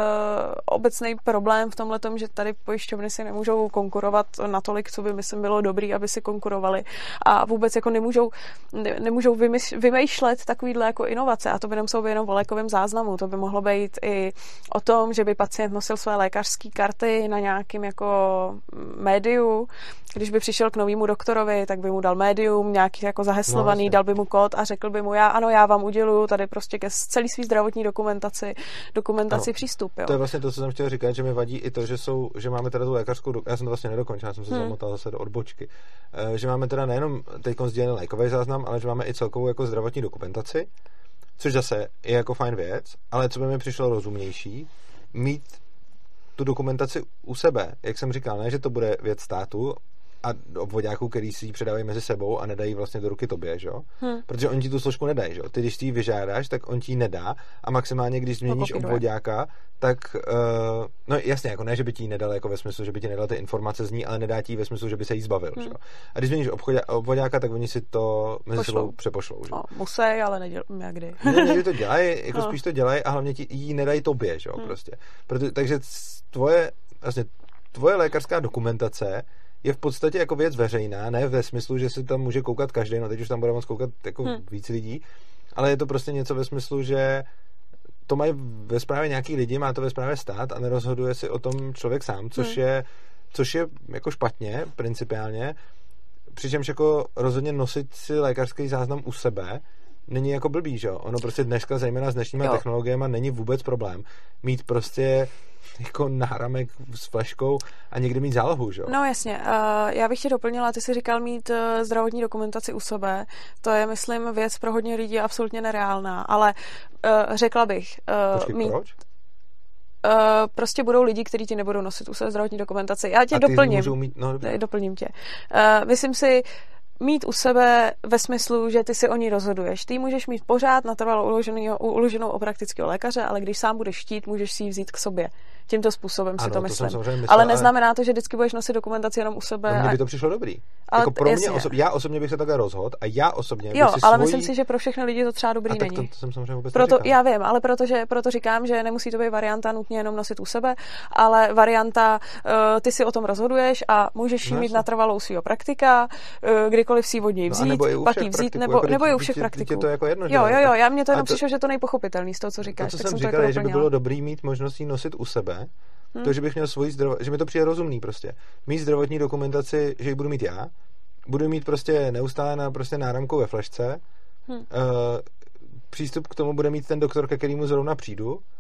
obecný problém v tomhletom, že tady pojišťovny si nemůžou konkurovat natolik, co by myslím bylo dobrý, aby si konkurovali a vůbec jako nemůžou ne, nemůžou vymyš, vymýšlet takovýhle jako inovace a to by nemuselo být jenom o lékovém záznamu, to by mohlo být i o tom, že by pacient nosil své lékařské karty na nějakým jako médiu, když by přišel k novému doktorovi, tak by mu dal médium, nějaký jako zaheslovaný, no, dal by mu kód a řekl by mu, já ano, já vám uděluju tady prostě ke celý svý zdravotní dokumentaci, dokumentaci no, přístup. Jo. To je vlastně to, co jsem chtěl říkat, že mi vadí i to, že jsou, že máme teda tu lékařskou, já jsem to vlastně nedokončil, já jsem se hmm. zamotal zase do odbočky, že máme teda nejenom teď sdílený lékový záznam, ale že máme i celkovou jako zdravotní dokumentaci, což zase je jako fajn věc, ale co by mi přišlo rozumnější, mít tu dokumentaci u sebe, jak jsem říkal, ne, že to bude věc státu a obvoďáků, který si ji předávají mezi sebou a nedají vlastně do ruky tobě, že jo? Hmm. Protože oni ti tu složku nedají, že jo? Ty, když ty ji vyžádáš, tak on ti ji nedá a maximálně, když změníš obvoďáka, tak, uh, no jasně, jako ne, že by ti ji nedal jako ve smyslu, že by ti nedal ty informace z ní, ale nedá ti ji ve smyslu, že by se jí zbavil, hmm. že jo? A když změníš obvoďáka, tak oni si to mezi Pošlou. sebou přepošlou, že jo? No, musej, ale neděl, jak kdy. Ne, někdy to dělají, jako no. spíš to dělají a hlavně ti ji nedají tobě, že jo? Hmm. Prostě. Proto, takže tvoje, vlastně tvoje lékařská dokumentace je v podstatě jako věc veřejná, ne ve smyslu, že si tam může koukat každý, no teď už tam bude moc koukat jako hmm. víc lidí, ale je to prostě něco ve smyslu, že to mají ve správě nějaký lidi, má to ve správě stát a nerozhoduje si o tom člověk sám, což hmm. je, což je jako špatně, principiálně, přičemž jako rozhodně nosit si lékařský záznam u sebe není jako blbý, že jo? Ono prostě dneska, zejména s dnešníma jo. technologiemi, není vůbec problém mít prostě jako náramek s fleškou a někde mít zálohu, že jo? No jasně. Uh, já bych tě doplnila, ty jsi říkal mít uh, zdravotní dokumentaci u sebe. To je, myslím, věc pro hodně lidí absolutně nereálná, ale uh, řekla bych... Uh, Počkej, mít... proč? Uh, prostě budou lidi, kteří ti nebudou nosit u sebe zdravotní dokumentaci. Já tě a ty doplním. Můžou mít... No, doplním tě. Uh, myslím si, mít u sebe ve smyslu, že ty si o ní rozhoduješ. Ty můžeš mít pořád natrvalo uloženou u praktického lékaře, ale když sám budeš chtít, můžeš si ji vzít k sobě. Tímto způsobem ano, si to, to myslím. Myslel, ale neznamená to, že vždycky budeš nosit dokumentaci jenom u sebe. No, mně by to přišlo dobrý. Ale jako pro jasně. mě osobně, já osobně bych se takhle rozhodl a já osobně jo, bych si ale svojí... myslím si, že pro všechny lidi to třeba dobrý a není. Tak to, to jsem samozřejmě vůbec proto, neříkal. já vím, ale protože, proto říkám, že nemusí to být varianta nutně jenom nosit u sebe, ale varianta, uh, ty si o tom rozhoduješ a můžeš jí no, mít natrvalou u svýho praktika, uh, kdykoliv si ji od něj vzít, no, pak ji vzít, nebo, jako nebo i u všech praktiků. To jako jedno, jo, jo, jo, já mě to jenom přišlo, že to nejpochopitelný z toho, co říkáš. To, co tak jsem jsem říkal, to je, že by bylo dobrý mít možnost jí nosit u sebe. Hmm. To, že bych měl svoji zdravot, že mi to přijde rozumný prostě. Mít zdravotní dokumentaci, že ji budu mít já, budu mít prostě neustále na prostě náramku ve flešce, hmm. uh, přístup k tomu bude mít ten doktor, ke kterému zrovna přijdu, uh,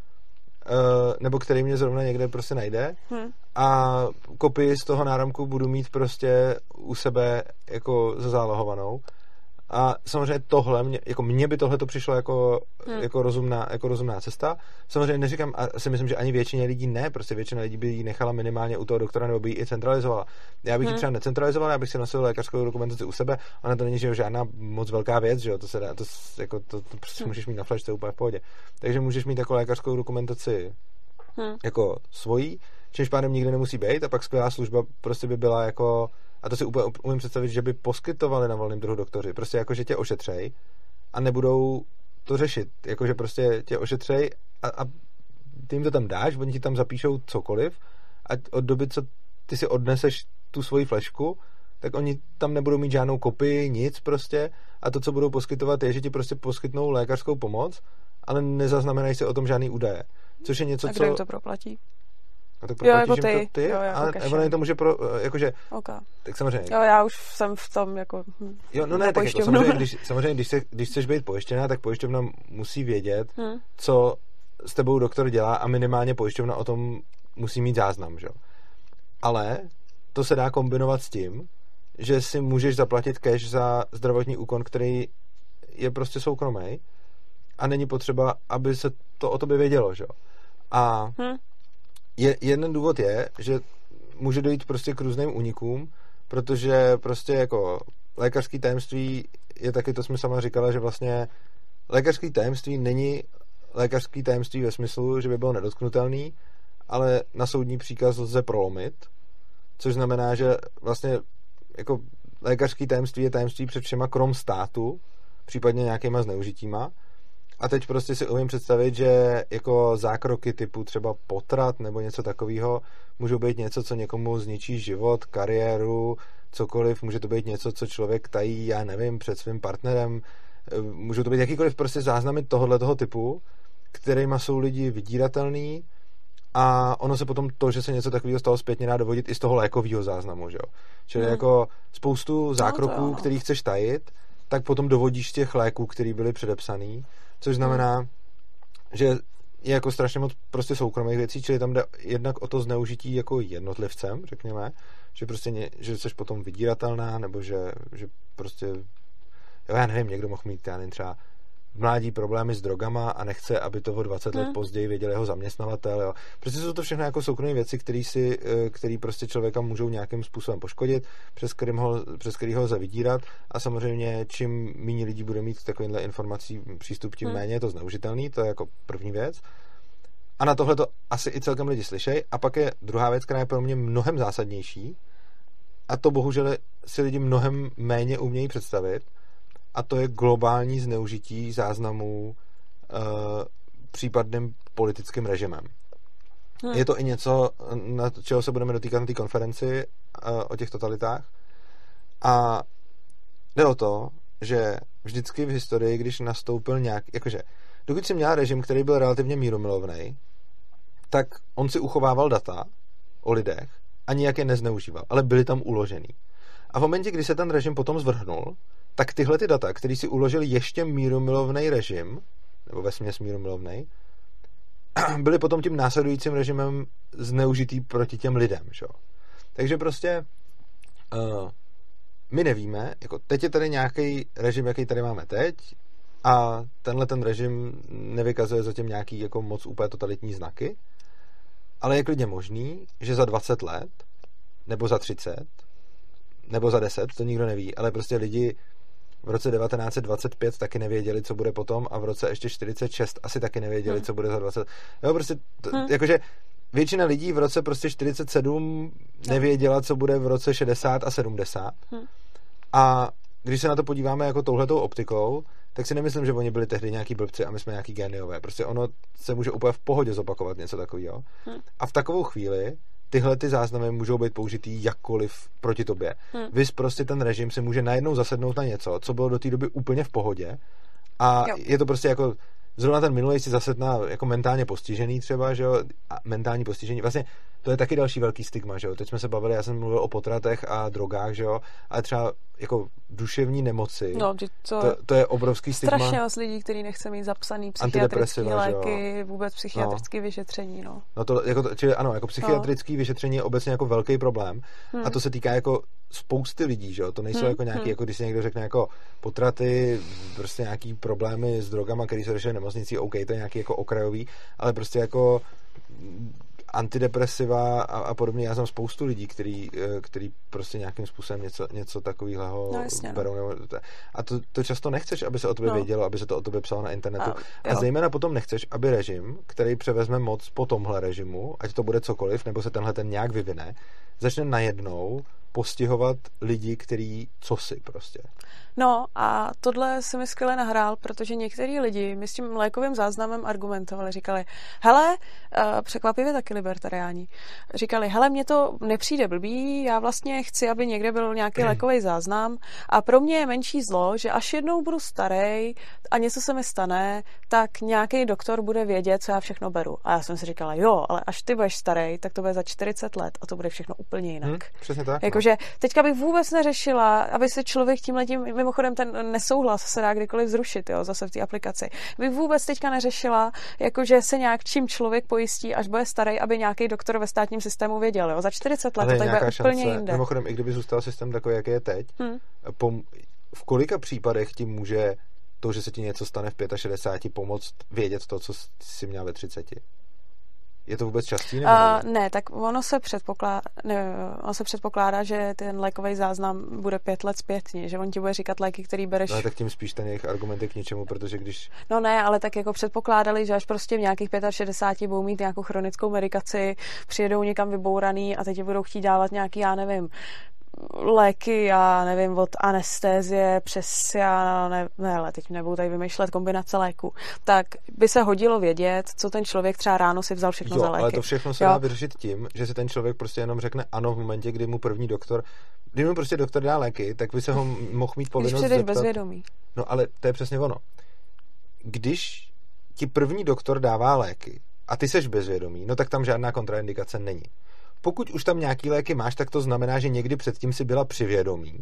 nebo který mě zrovna někde prostě najde hmm. a kopii z toho náramku budu mít prostě u sebe jako zazálohovanou. A samozřejmě tohle, mě, jako mně by tohle to přišlo jako, hmm. jako, rozumná, jako rozumná cesta. Samozřejmě neříkám, a si myslím, že ani většině lidí ne, prostě většina lidí by ji nechala minimálně u toho doktora nebo by ji i centralizovala. Já bych hmm. ji třeba necentralizoval, já bych si nosil lékařskou dokumentaci u sebe, ona to není že žádná moc velká věc, že jo, to se dá, to, jako, to, to prostě hmm. můžeš mít na flešce úplně v pohodě. Takže můžeš mít jako lékařskou dokumentaci hmm. jako svojí, čímž pádem nikdy nemusí být a pak skvělá služba prostě by byla jako. A to si úplně umím představit, že by poskytovali na volném trhu doktoři. Prostě jako, že tě ošetřej a nebudou to řešit. Jako, že prostě tě ošetřej a, a ty jim to tam dáš, oni ti tam zapíšou cokoliv a od doby, co ty si odneseš tu svoji flešku, tak oni tam nebudou mít žádnou kopii, nic prostě a to, co budou poskytovat, je, že ti prostě poskytnou lékařskou pomoc, ale nezaznamenají si o tom žádný údaje. Což je něco, a kdo co... jim to proplatí? A tak jo, jako ty. ty. To ty jo, jako a ono to může pro, jakože, okay. tak samozřejmě. Jo, já už jsem v tom jako hm, jo, no ne, tak jako, samozřejmě, když, samozřejmě, když, se, když chceš být pojištěná, tak pojišťovna musí vědět, hmm. co s tebou doktor dělá a minimálně pojišťovna o tom musí mít záznam, že? Ale to se dá kombinovat s tím, že si můžeš zaplatit cash za zdravotní úkon, který je prostě soukromý a není potřeba, aby se to o tobě vědělo, že? A hmm. je, jeden důvod je, že může dojít prostě k různým únikům, protože prostě jako lékařský tajemství je taky, to jsme sama říkala, že vlastně lékařský tajemství není lékařský tajemství ve smyslu, že by bylo nedotknutelný, ale na soudní příkaz lze prolomit, což znamená, že vlastně jako lékařský tajemství je tajemství před všema krom státu, případně nějakýma zneužitíma. A teď prostě si umím představit, že jako zákroky typu třeba potrat nebo něco takového můžou být něco, co někomu zničí život, kariéru, cokoliv. Může to být něco, co člověk tají, já nevím, před svým partnerem. Můžou to být jakýkoliv prostě záznamy tohoto typu, kterýma jsou lidi vydíratelný a ono se potom to, že se něco takového stalo zpětně, dá dovodit i z toho lékového záznamu, že jo. Čili hmm. jako spoustu zákroků, no který chceš tajit, tak potom dovodíš z těch léků, který byly předepsaný, což znamená, hmm. že je jako strašně moc prostě soukromých věcí, čili tam jde jednak o to zneužití jako jednotlivcem, řekněme, že prostě ně, že jsi potom vydíratelná, nebo že, že prostě, jo, já nevím, někdo mohl mít, já nevím, třeba v mládí problémy s drogama a nechce, aby to o dvacet hmm. let později věděl jeho zaměstnavatel, jo. Prostě jsou to všechno jako soukromé věci, které si, který prostě člověka můžou nějakým způsobem poškodit, přes který ho, přes který ho lze vydírat a samozřejmě čím méně lidí bude mít k takovýmhle informací přístup, tím hmm. méně je to zneužitelný, to je jako první věc. A na tohle to asi i celkem lidi slyšej. A pak je druhá věc, která je pro mě mnohem zásadnější a to bohužel si lidi mnohem méně umějí představit, a to je globální zneužití záznamů uh, případným politickým režimem. Hmm. Je to i něco, na čeho se budeme dotýkat na té konferenci uh, o těch totalitách. A jde o to, že vždycky v historii, když nastoupil nějak, jakože, dokud si měl režim, který byl relativně mírumilovnej, tak on si uchovával data o lidech a nijak je nezneužíval, ale byly tam uložený. A v momentě, kdy se ten režim potom zvrhnul, tak tyhle ty data, který si uložil ještě mírumilovnej režim, nebo vesměs mírumilovnej, byly potom tím následujícím režimem zneužitý proti těm lidem. Že? Takže prostě uh, my nevíme, jako teď je tady nějaký režim, jaký tady máme teď, a tenhle ten režim nevykazuje zatím nějaký jako moc úplně totalitní znaky, ale je klidně možný, že za dvacet let, nebo za třicet, nebo za deset, to nikdo neví, ale prostě lidi v roce devatenáct set dvacet pět taky nevěděli, co bude potom a v roce ještě čtyřicet šest asi taky nevěděli, hmm. co bude za dvacet. Jo, prostě, to, hmm. jakože většina lidí v roce prostě čtyřicet sedm nevěděla, co bude v roce šedesát a sedmdesát. Hmm. A když se na to podíváme jako touhletou optikou, tak si nemyslím, že oni byli tehdy nějaký blbci a my jsme nějaký géniové. Prostě ono se může úplně v pohodě zopakovat něco takového. Hmm. A v takovou chvíli tyhle ty záznamy můžou být použitý jakkoliv proti tobě. Hmm. Vys prostě ten režim se může najednou zasednout na něco, co bylo do té doby úplně v pohodě a jo. Je to prostě jako zrovna ten minulý si zased na jako mentálně postižený třeba, že jo, a mentální postižení, vlastně to je taky další velký stigma, že jo, teď jsme se bavili, já jsem mluvil o potratech a drogách, že jo, ale třeba jako duševní nemoci, no, to, to, to je obrovský stigma. Strašně moc lidí, který nechce mít zapsaný psychiatrické léky, vůbec psychiatrické no. vyšetření, no. No to, jako to, čili ano, jako psychiatrické no. vyšetření je obecně jako velký problém hmm. a to se týká jako spousty lidí, že jo, to nejsou hmm. jako nějaký, hmm. jako když si někdo řekne jako potraty, prostě nějaký problémy s drogama, který se řeší v nemocnici, OK, to je nějaký jako okrajový, ale prostě jako antidepresiva a, a podobně. Já znám spoustu lidí, který, který prostě nějakým způsobem něco, něco takového no, jasně, berou. No. A to, to často nechceš, aby se o tobě no. vědělo, aby se to o tobě psalo na internetu. A, a zejména potom nechceš, aby režim, který převezme moc po tomhle režimu, ať to bude cokoliv, nebo se tenhle ten nějak vyvine, začne najednou postihovat lidi, který cosi prostě. No a tohle se mi skvěle nahrál, protože některý lidi mi s tím lékovým záznamem argumentovali, říkali, hele, uh, překvapivě taky libertariáni, říkali, hele, mně to nepřijde blbý, já vlastně chci, aby někde byl nějaký lékový záznam a pro mě je menší zlo, že až jednou budu starý a něco se mi stane, tak nějaký doktor bude vědět, co já všechno beru. A já jsem si říkala, jo, ale až ty budeš starý, tak to bude za čtyřicet let a to bude všechno úplně jinak. Hmm, přesně tak. Jakože teďka bych vůbec neřešila, aby se člověk tímhletím, mimochodem ten nesouhlas se dá kdykoliv zrušit, jo, zase v té aplikaci. Bych vůbec teďka neřešila, jakože se nějak čím člověk pojistí, až bude starý, aby nějaký doktor ve státním systému věděl, jo. Za čtyřicet let ale to tak bude šance, úplně jinde. Mimochodem, i kdyby zůstal systém takový, jaký je teď, hmm. po, v kolika případech ti může to, že se ti něco stane v šedesáti pěti, pomoct vědět to, co jsi měl ve třiceti? Je to vůbec častý? Nebo uh, ne, tak ono se, předpokládá, ne, ono se předpokládá, že ten lékový záznam bude pět let zpětně, že on ti bude říkat léky, který bereš. No, tak tím spíš ten jejich argument je k ničemu, protože když... No ne, ale tak jako předpokládali, že až prostě v nějakých šedesáti pěti budou mít nějakou chronickou medikaci, přijedou někam vybouraný a teď ti budou chtít dávat nějaký, já nevím, léky, já nevím, od anestézie přes, já ne, ne, ale teď nebudu tady vymýšlet kombinace léků, tak by se hodilo vědět, co ten člověk třeba ráno si vzal všechno jo, za léky. Ale to všechno se jo. dá vyřešit tím, že si ten člověk prostě jenom řekne ano v momentě, kdy mu první doktor, kdy mu prostě doktor dá léky, tak by se ho mohl mít povinnost Když zeptat. bezvědomí. No ale to je přesně ono. Když ti první doktor dává léky a ty seš bezvědomý, no tak tam žádná kontraindikace není. Pokud už tam nějaký léky máš, tak to znamená, že někdy předtím si byla při vědomí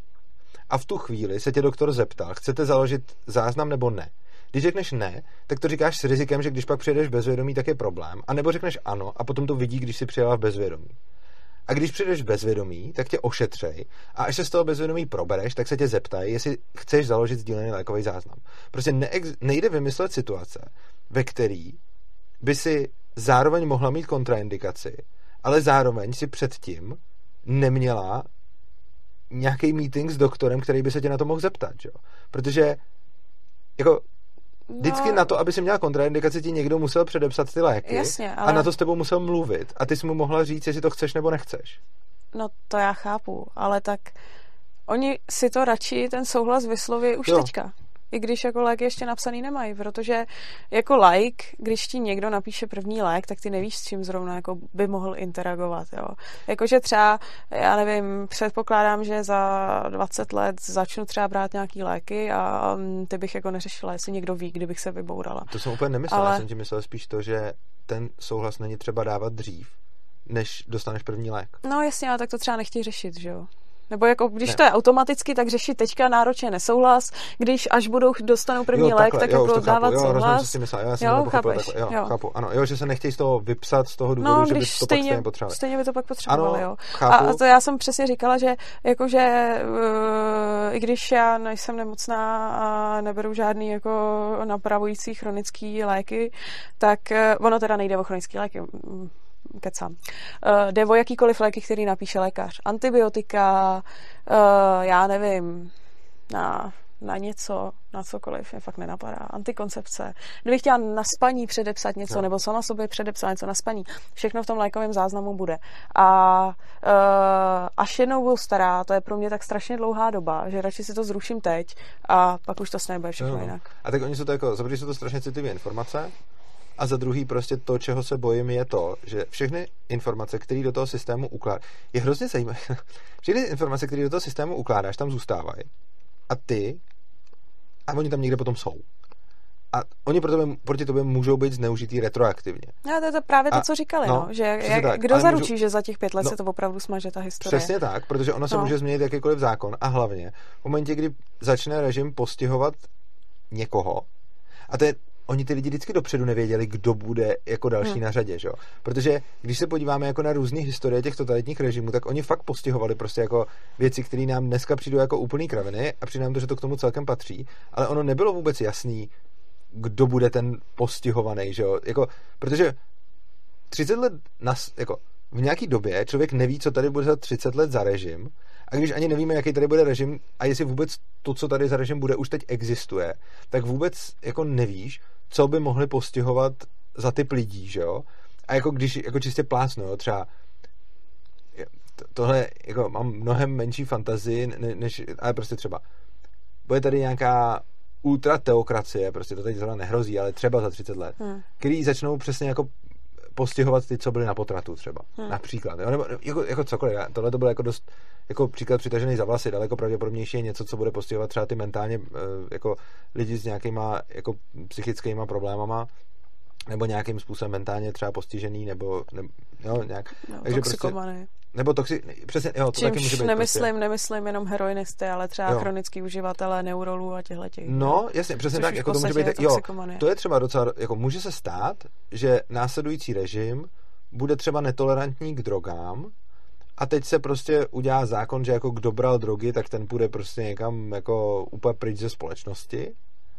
a v tu chvíli se tě doktor zeptal, chcete založit záznam nebo ne. Když řekneš ne, tak to říkáš s rizikem, že když pak přijedeš bezvědomí, tak je problém. A nebo řekneš ano a potom to vidí, když si přijela v bezvědomí. A když přijdeš bezvědomí, tak tě ošetřej a až se z toho bezvědomí probereš, tak se tě zeptají, jestli chceš založit sdílený lékový záznam. Prostě neex- nejde vymyslet situace, ve který by si zároveň mohla mít kontraindikaci, ale zároveň si předtím neměla nějaký meeting s doktorem, který by se tě na to mohl zeptat, jo? Protože jako vždycky no, na to, aby si měla kontraindikaci, ti někdo musel předepsat ty léky. Jasně, ale... a na to s tebou musel mluvit a ty jsi mu mohla říct, jestli to chceš nebo nechceš. No to já chápu, ale tak oni si to radši ten souhlas vysloví už jo. teďka. I když jako léky ještě napsaný nemají, protože jako like, když ti někdo napíše první lék, tak ty nevíš, s čím zrovna jako by mohl interagovat, jo. Jakože třeba, já nevím, předpokládám, že za dvacet let začnu třeba brát nějaký léky a ty bych jako neřešila, jestli někdo ví, kdybych se vybourala. To jsem úplně nemyslel, Ale... já jsem ti myslel spíš to, že ten souhlas není třeba dávat dřív, než dostaneš první lék. No jasně, ale tak to třeba nechtějí řešit, že jo. Nebo jako, když ne. to je automaticky, tak řešit teďka náročně nesouhlas, když až budou dostanou první jo, lék, takhle, tak jo, jako dávat jo, souhlas. Jo, já jsem jo, pochopil, chápeš, takhle, jo, jo. chápu. Ano, jo, že se nechtějí z toho vypsat z toho důvodu, no, že by to stejně, pak stejně potřebovali. Stejně by to pak potřebovali, ano, jo. Chápu. A to já jsem přesně říkala, že jakože uh, i když já nejsem nemocná a neberu žádný jako napravující chronický léky, tak uh, ono teda nejde o chronický léky, kecám. Uh, jde o jakýkoliv léky, který napíše lékař. Antibiotika, uh, já nevím, na, na něco, na cokoliv, mě fakt nenapadá. Antikoncepce. Kdybych chtěla na spaní předepsat něco, no. nebo sama sobě předepsat něco na spaní, všechno v tom lékovém záznamu bude. A uh, až jednou budu stará, to je pro mě tak strašně dlouhá doba, že radši si to zruším teď a pak už to snad bude všechno no. jinak. A tak oni jsou to jako, za jsou to strašně citlivé informace, a za druhý prostě to, čeho se bojím, je to, že všechny informace, které do toho systému ukládáš, je hrozně zajímavé. Všechny informace, které do toho systému ukládáš, tam zůstávají. A ty, a oni tam někde potom jsou. A oni pro tebe, proti tobě můžou být zneužitý retroaktivně. No, to je to právě to, a, co říkali, no, no, že jak, tak, kdo zaručí, můžu, že za těch pět let no, se to opravdu smaže ta historie. Přesně tak, protože ono se no. může změnit jakýkoliv zákon a hlavně v momentě, kdy začne režim postihovat někoho, a to je oni ty lidi vždycky dopředu nevěděli, kdo bude jako další hmm. na řadě, že jo? Protože když se podíváme jako na různé historie těch totalitních režimů, tak oni fakt postihovali prostě jako věci, které nám dneska přijdou jako úplný kraviny a přijde nám to, že to k tomu celkem patří, ale ono nebylo vůbec jasný, kdo bude ten postihovaný, že jo? Jako, protože třicet let nas, jako v nějaký době člověk neví, co tady bude za třicet let za režim, a když ani nevíme, jaký tady bude režim a jestli vůbec to, co tady za režim bude, už teď existuje, tak vůbec jako nevíš, co by mohli postihovat za typ lidí, že jo? A jako když, jako čistě plácnu, jo, třeba tohle, jako mám mnohem menší fantazii, ne, než, ale prostě třeba bude tady nějaká ultrateokracie, prostě to teď zrovna nehrozí, ale třeba za třicet let, hmm. který začnou přesně jako postihovat ty, co byli na potratu třeba. Hmm. Například. Jo? Nebo jako, jako cokoliv. Tohle to bylo jako dost jako příklad přitažený za vlasy. Daleko pravděpodobnější je něco, co bude postihovat třeba ty mentálně jako lidi s nějakýma jako psychickýma problémama nebo nějakým způsobem mentálně třeba postižený nebo, nebo jo, nějak. No, takže toxikomany. Prostě, nebo toxi, přesně, jo, to Čímž taky může být nemyslím, prostě. nemyslím jenom heroinisty, ale třeba jo. chronický uživatelé neurolů a těchto. No, jasně, přesně tak, jako to může být, jo, to je třeba docela, jako může se stát, že následující režim bude třeba netolerantní k drogám a teď se prostě udělá zákon, že jako kdo bral drogy, tak ten půjde prostě někam jako úplně pryč ze společnosti.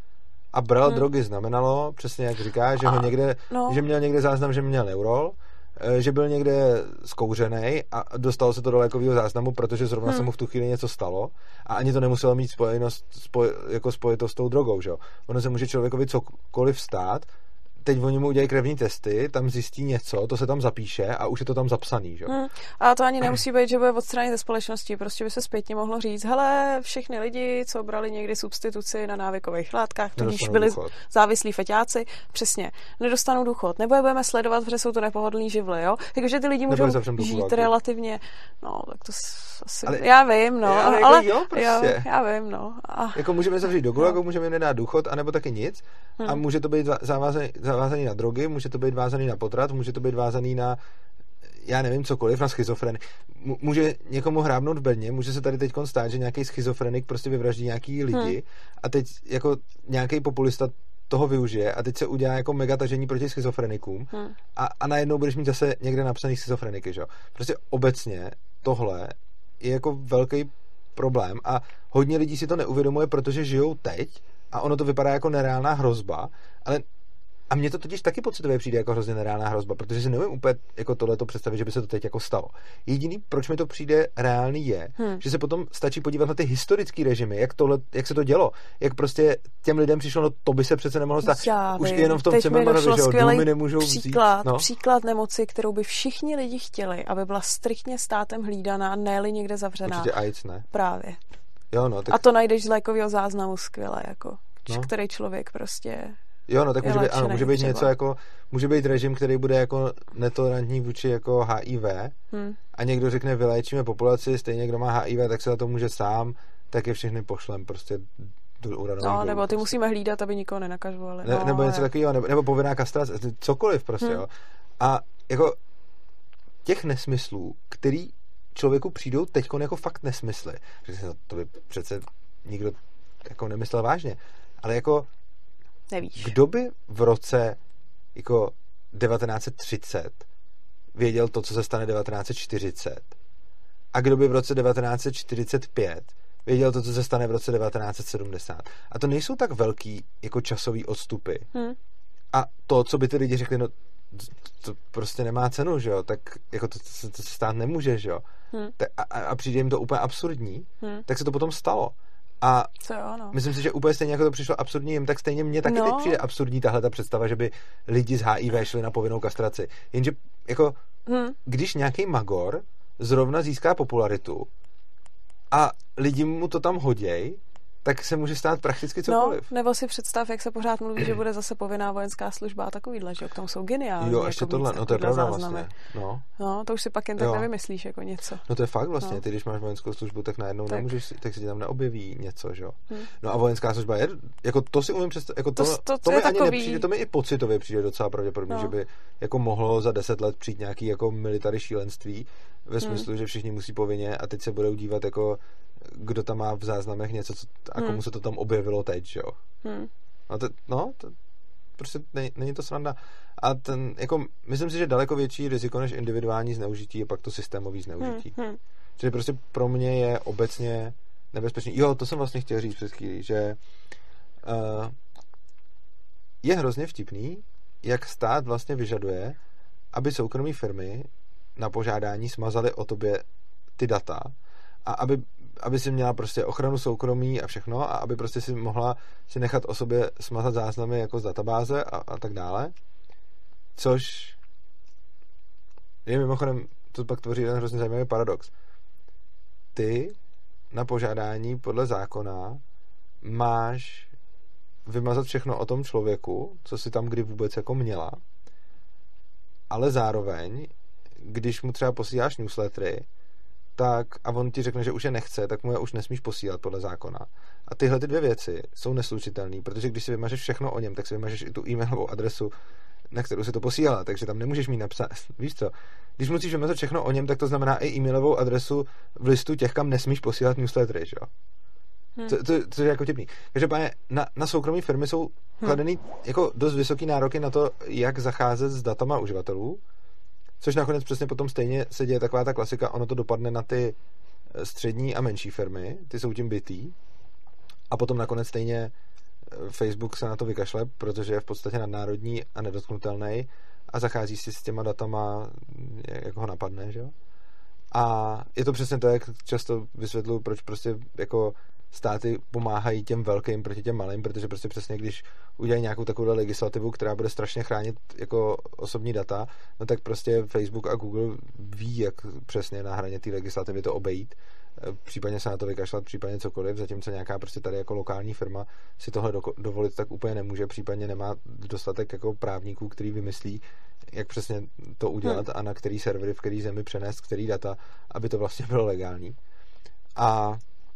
A bral hmm. drogy znamenalo, přesně jak říká, že, ho někde, no. že měl někde záznam, že měl neurol, že byl někde zkouřenej a dostalo se to do lékového záznamu, protože zrovna hmm. se mu v tu chvíli něco stalo a ani to nemuselo mít spojenost, spoj, jako spojitost s tou drogou, že? Ono se může člověkovi cokoliv stát, teď oni mu udělají krevní testy, tam zjistí něco, to se tam zapíše a už je to tam zapsaný, že? Hmm. A to ani nemusí být, že bude odstranit ze společnosti, prostě by se zpětně mohlo říct, hele, všechny lidi, co brali někdy substituci na návykových látkách, tudíž byli důchod. Závislí feťáci, přesně, nedostanou důchod, nebo je budeme sledovat, protože jsou to nepohodlný živly, jo? Takže ty lidi můžou žít relativně, no, tak to asi, ale, já vím, no, ale, ale, jako jo, prostě. jo, já vím, no. A, jako můžeme zavřít do gulagu, no. můžeme jim nedát důchod, anebo taky nic hmm. a může to být závazený vázaný na drogy, může to být vázaný na potrat, může to být vázaný na já nevím cokoliv, na schizofreny. Může někomu hrábnout v bedně, může se tady teď stát, že nějaký schizofrenik prostě vyvraždí nějaký lidi hmm. a teď jako nějaký populista toho využije a teď se udělá jako mega tažení proti schizofrenikům hmm. a, a najednou budeš mít zase někde napsaný schizofreniky, že? Prostě obecně tohle je jako velký problém a hodně lidí si to neuvědomuje, protože žijou teď a ono to vypadá jako nereálná hrozba, ale a mně to totiž taky pocitově přijde jako hrozně nereálná hrozba, protože si nevím úplně jako tohleto představit, že by se to teď jako stalo. Jediný, proč mi to přijde reálný, je, hmm. že se potom stačí podívat na ty historické režimy, jak, tohle, jak se to dělo, jak prostě těm lidem přišlo, no to by se přece nemohlo stát. Já už vím. Jenom v tom Cimmermanovi, že důmy nemůžou příklad, vzít. No. Příklad nemoci, kterou by všichni lidi chtěli, aby byla striktně státem hlídaná, ne-li někde zavřená. Určitě AIDS, ne? Právě. Jo, no, tak... A to najdeš z lékového záznamu skvěle, jako, no. který člověk prostě... Jo, no tak může být, ano, může být něco jako, může být režim, který bude jako netolerantní vůči jako H I V hmm. a někdo řekne, vyléčíme populaci, stejně kdo má H I V, tak se za to může sám, tak je všechny pošlem prostě do uranových No, nebo ty prostě. musíme hlídat, aby nikoho nenakažovali. Ne, no, nebo něco takového, nebo, nebo povinná kastrace, cokoliv prostě, hmm. jo. A jako těch nesmyslů, který člověku přijdou teďkon jako fakt nesmysly, že to by přece nikdo jako nemyslel vážně, ale jako Nevíš. Kdo by v roce jako devatenáct set třicet věděl to, co se stane devatenáct set čtyřicet? A kdo by v roce devatenáct set čtyřicet pět věděl to, co se stane v roce devatenáct set sedmdesát? A to nejsou tak velký jako časový odstupy. Hmm. A to, co by ty lidi řekli, no to prostě nemá cenu, že jo? Tak jako to, to, to se stát nemůže, že jo? Hmm. A, a přijde jim to úplně absurdní, hmm. tak se to potom stalo. A Co jo, no. myslím si, že úplně stejně jako to přišlo absurdní jim, tak stejně mně taky no. teď přijde absurdní tahle ta představa, že by lidi z H I V šli na povinnou kastraci. Jenže jako, hmm. když nějaký magor zrovna získá popularitu a lidi mu to tam hoděj, tak se může stát prakticky cokoliv. No, nebo si představ, jak se pořád mluví, že bude zase povinná vojenská služba a takovýhle, že k tomu jsou geniální. Jo, ještě jako tohle, no to je pravda vlastně. No. no, to už si pak jen tak jo. nevymyslíš jako něco. No to je fakt vlastně, no. Ty když máš vojenskou službu, tak najednou tak. nemůžeš, tak se ti tam neobjeví něco, že jo. Hmm. No a vojenská služba je, jako to si umím představit, jako to, to, to, to mi ani takový... nepřijde, to mi i pocitově přijde docela pravděpodobně, no. že by jako mohlo za deset let přijít nějaký jako military šílenství, ve smyslu, hmm. že všichni musí povinně a teď se budou dívat jako kdo tam má v záznamech něco, co, a komu hmm. se to tam objevilo teď, že jo. Hmm. No, to, no to, prostě není, není to sranda. A ten, jako, myslím si, že daleko větší riziko než individuální zneužití je pak to systémový zneužití. Hmm. Čili prostě pro mě je obecně nebezpečný. Jo, to jsem vlastně chtěl říct před chvílí, že uh, je hrozně vtipný, jak stát vlastně vyžaduje, aby soukromé firmy na požádání smazaly o tobě ty data a aby, aby si měla prostě ochranu soukromí a všechno a aby prostě si mohla si nechat o sobě smazat záznamy jako z databáze a, a tak dále. Což je mimochodem to pak tvoří jeden hrozně zajímavý paradox. Ty na požádání podle zákona máš vymazat všechno o tom člověku, co si tam kdy vůbec jako měla, ale zároveň, když mu třeba posíláš newslettery, tak a on ti řekne, že už je nechce, tak mu je už nesmíš posílat podle zákona. A tyhle ty dvě věci jsou neslučitelné, protože když si vymažeš všechno o něm, tak si vymažeš i tu e-mailovou adresu, na kterou si to posílala, takže tam nemůžeš mít napsat. Víš co? Když musíš vymazat všechno o něm, tak to znamená i e-mailovou adresu v listu těch, kam nesmíš posílat newslettery, že jo? Hmm. To, to, to je jako tipný. Každopádně na, na soukromí firmy jsou kladený hmm. jako dost vysoký nároky na to, jak zacházet s datama uživatelů, což nakonec přesně potom stejně se děje taková ta klasika, ono to dopadne na ty střední a menší firmy, ty jsou tím bitý, a potom nakonec stejně Facebook se na to vykašle, protože je v podstatě nadnárodní a nedotknutelný a zachází si s těma datama, jak ho napadne, že jo? A je to přesně to, jak často vysvětluju, proč prostě jako státy pomáhají těm velkým proti těm malým, protože prostě přesně když udělají nějakou takovou legislativu, která bude strašně chránit jako osobní data, no tak prostě Facebook a Google ví, jak přesně na hraně té legislativy to obejít, případně se na to vykašlat, případně cokoliv, zatímco nějaká prostě tady jako lokální firma si tohle do, dovolit tak úplně nemůže, případně nemá dostatek jako právníků, který vymyslí, jak přesně to udělat hmm. a na který servery, v který zemi přenést, který data, aby to vlastně bylo legální. A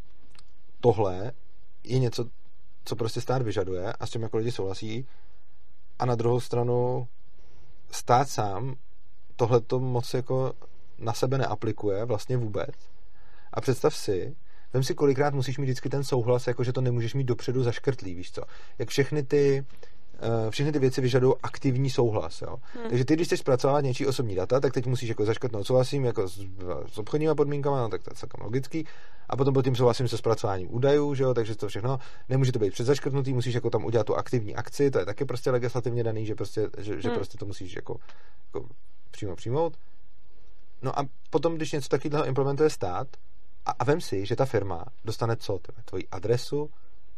tohle je něco, co prostě stát vyžaduje a s čím jako lidi souhlasí. A na druhou stranu stát sám tohleto moc jako na sebe neaplikuje vlastně vůbec. A představ si, vem si, kolikrát musíš mít vždycky ten souhlas, jako že to nemůžeš mít dopředu zaškrtlý, víš co. Jak všechny ty všechny ty věci vyžadují aktivní souhlas, jo. Hmm. Takže ty, když chceš zpracovat něčí osobní data, tak teď musíš jako zaškrtnout souhlasím jako s, s obchodníma podmínkama, no tak to je celkem logický, a potom pod tím souhlasím se zpracováním údajů, že jo, takže to všechno nemůže to být předzaškrtnutý, musíš jako tam udělat tu aktivní akci, to je taky prostě legislativně daný, že prostě, že, že hmm. prostě to musíš jako, jako přímo přijmout. No a potom, když něco takového implementuje stát, a, a vem si, že ta firma dostane co? Tvoji adresu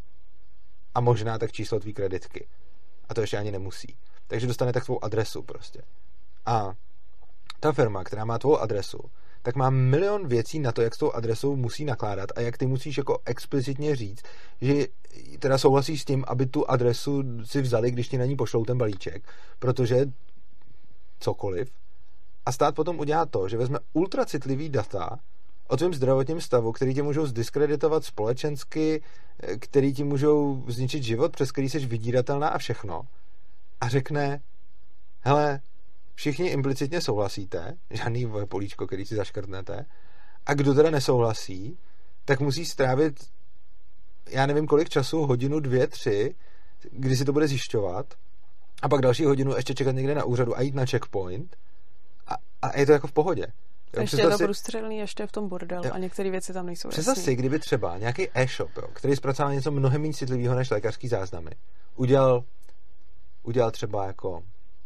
a možná tak číslo tvý kreditky. A to ještě ani nemusí. Takže dostane tak tvou adresu prostě. A ta firma, která má tvou adresu, tak má milion věcí na to, jak s tou adresou musí nakládat a jak ty musíš jako explicitně říct, že teda souhlasíš s tím, aby tu adresu si vzali, když ti na ní pošlou ten balíček, protože cokoliv. A stát potom udělá to, že vezme ultracitlivý data o tvém zdravotním stavu, který tě můžou zdiskreditovat společensky, který ti můžou zničit život, přes který jsi vydíratelná a všechno. A řekne, hele, všichni implicitně souhlasíte, žádný políčko, který si zaškrtnete, a kdo teda nesouhlasí, tak musí strávit, já nevím kolik času, hodinu, dvě, tři, kdy si to bude zjišťovat, a pak další hodinu ještě čekat někde na úřadu a jít na checkpoint, a, a je to jako v pohodě. Jo, ještě je to průstřelný, ještě je v tom bordel jo. A některé věci tam nejsou. Představ si, kdyby třeba nějaký e-shop, jo, který zpracoval něco mnohem méně citlivého než lékařský záznamy, udělal, udělal třeba jako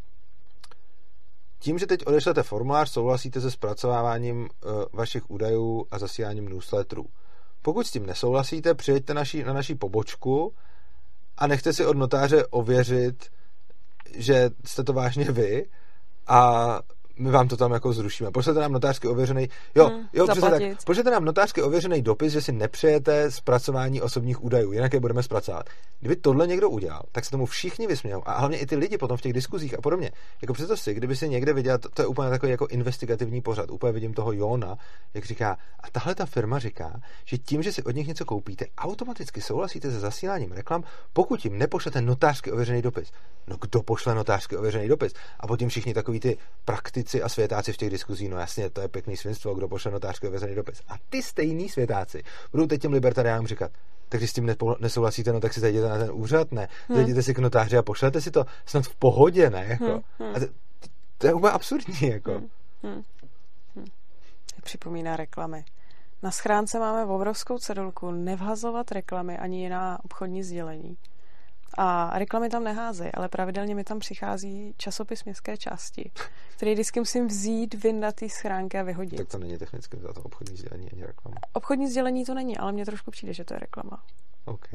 tím, že teď odešlete formulář, souhlasíte se zpracováváním uh, vašich údajů a zasíláním newsletterů. Pokud s tím nesouhlasíte, přijeďte naši, na naší pobočku a nechte si od notáře ověřit, že jste to vážně vy, a my vám to tam jako zrušíme. Pošlete nám notářsky ověřený, jo, hmm, jo, přesně tak. Pošlete nám notářsky ověřený dopis, že si nepřejete zpracování osobních údajů, jinak je budeme zpracovat. Kdyby tohle někdo udělal, tak se tomu všichni vysmějou. A hlavně i ty lidi potom v těch diskuzích a podobně. Jako představ si, kdyby si někde viděl, to, to je úplně takový jako investigativní pořad. Úplně vidím toho Jona, jak říká, a tahle ta firma říká, že tím, že si od nich něco koupíte, automaticky souhlasíte se zasíláním reklam, pokud jim nepošlete notářsky ověřený dopis. No kdo pošle notářsky ověřený dopis? A potom všichni takový ty praktici a světáci v těch diskuzích, no jasně, to je pěkný svinstvo, kdo pošle notářky ověřený dopis. A ty stejný světáci budou teď těm libertariánům říkat, takže s tím nesouhlasíte, no tak si zajděte na ten úřad, ne? Hmm. Zajděte si k notáři a pošlete si to snad v pohodě, ne? Jako. Hmm. Hmm. A to, to je úplně absurdní, jako. Hmm. Hmm. Hmm. Připomíná reklamy. Na schránce máme obrovskou cedulku nevhazovat reklamy ani jiná obchodní sdělení. A reklamy tam neházejí, ale pravidelně mi tam přichází časopis městské části, který vždycky musím vzít, vyndat té schránky a vyhodit. Tak to není technicky za to obchodní sdělení ani reklama. Obchodní sdělení to není, ale mně trošku přijde, že to je reklama. OK.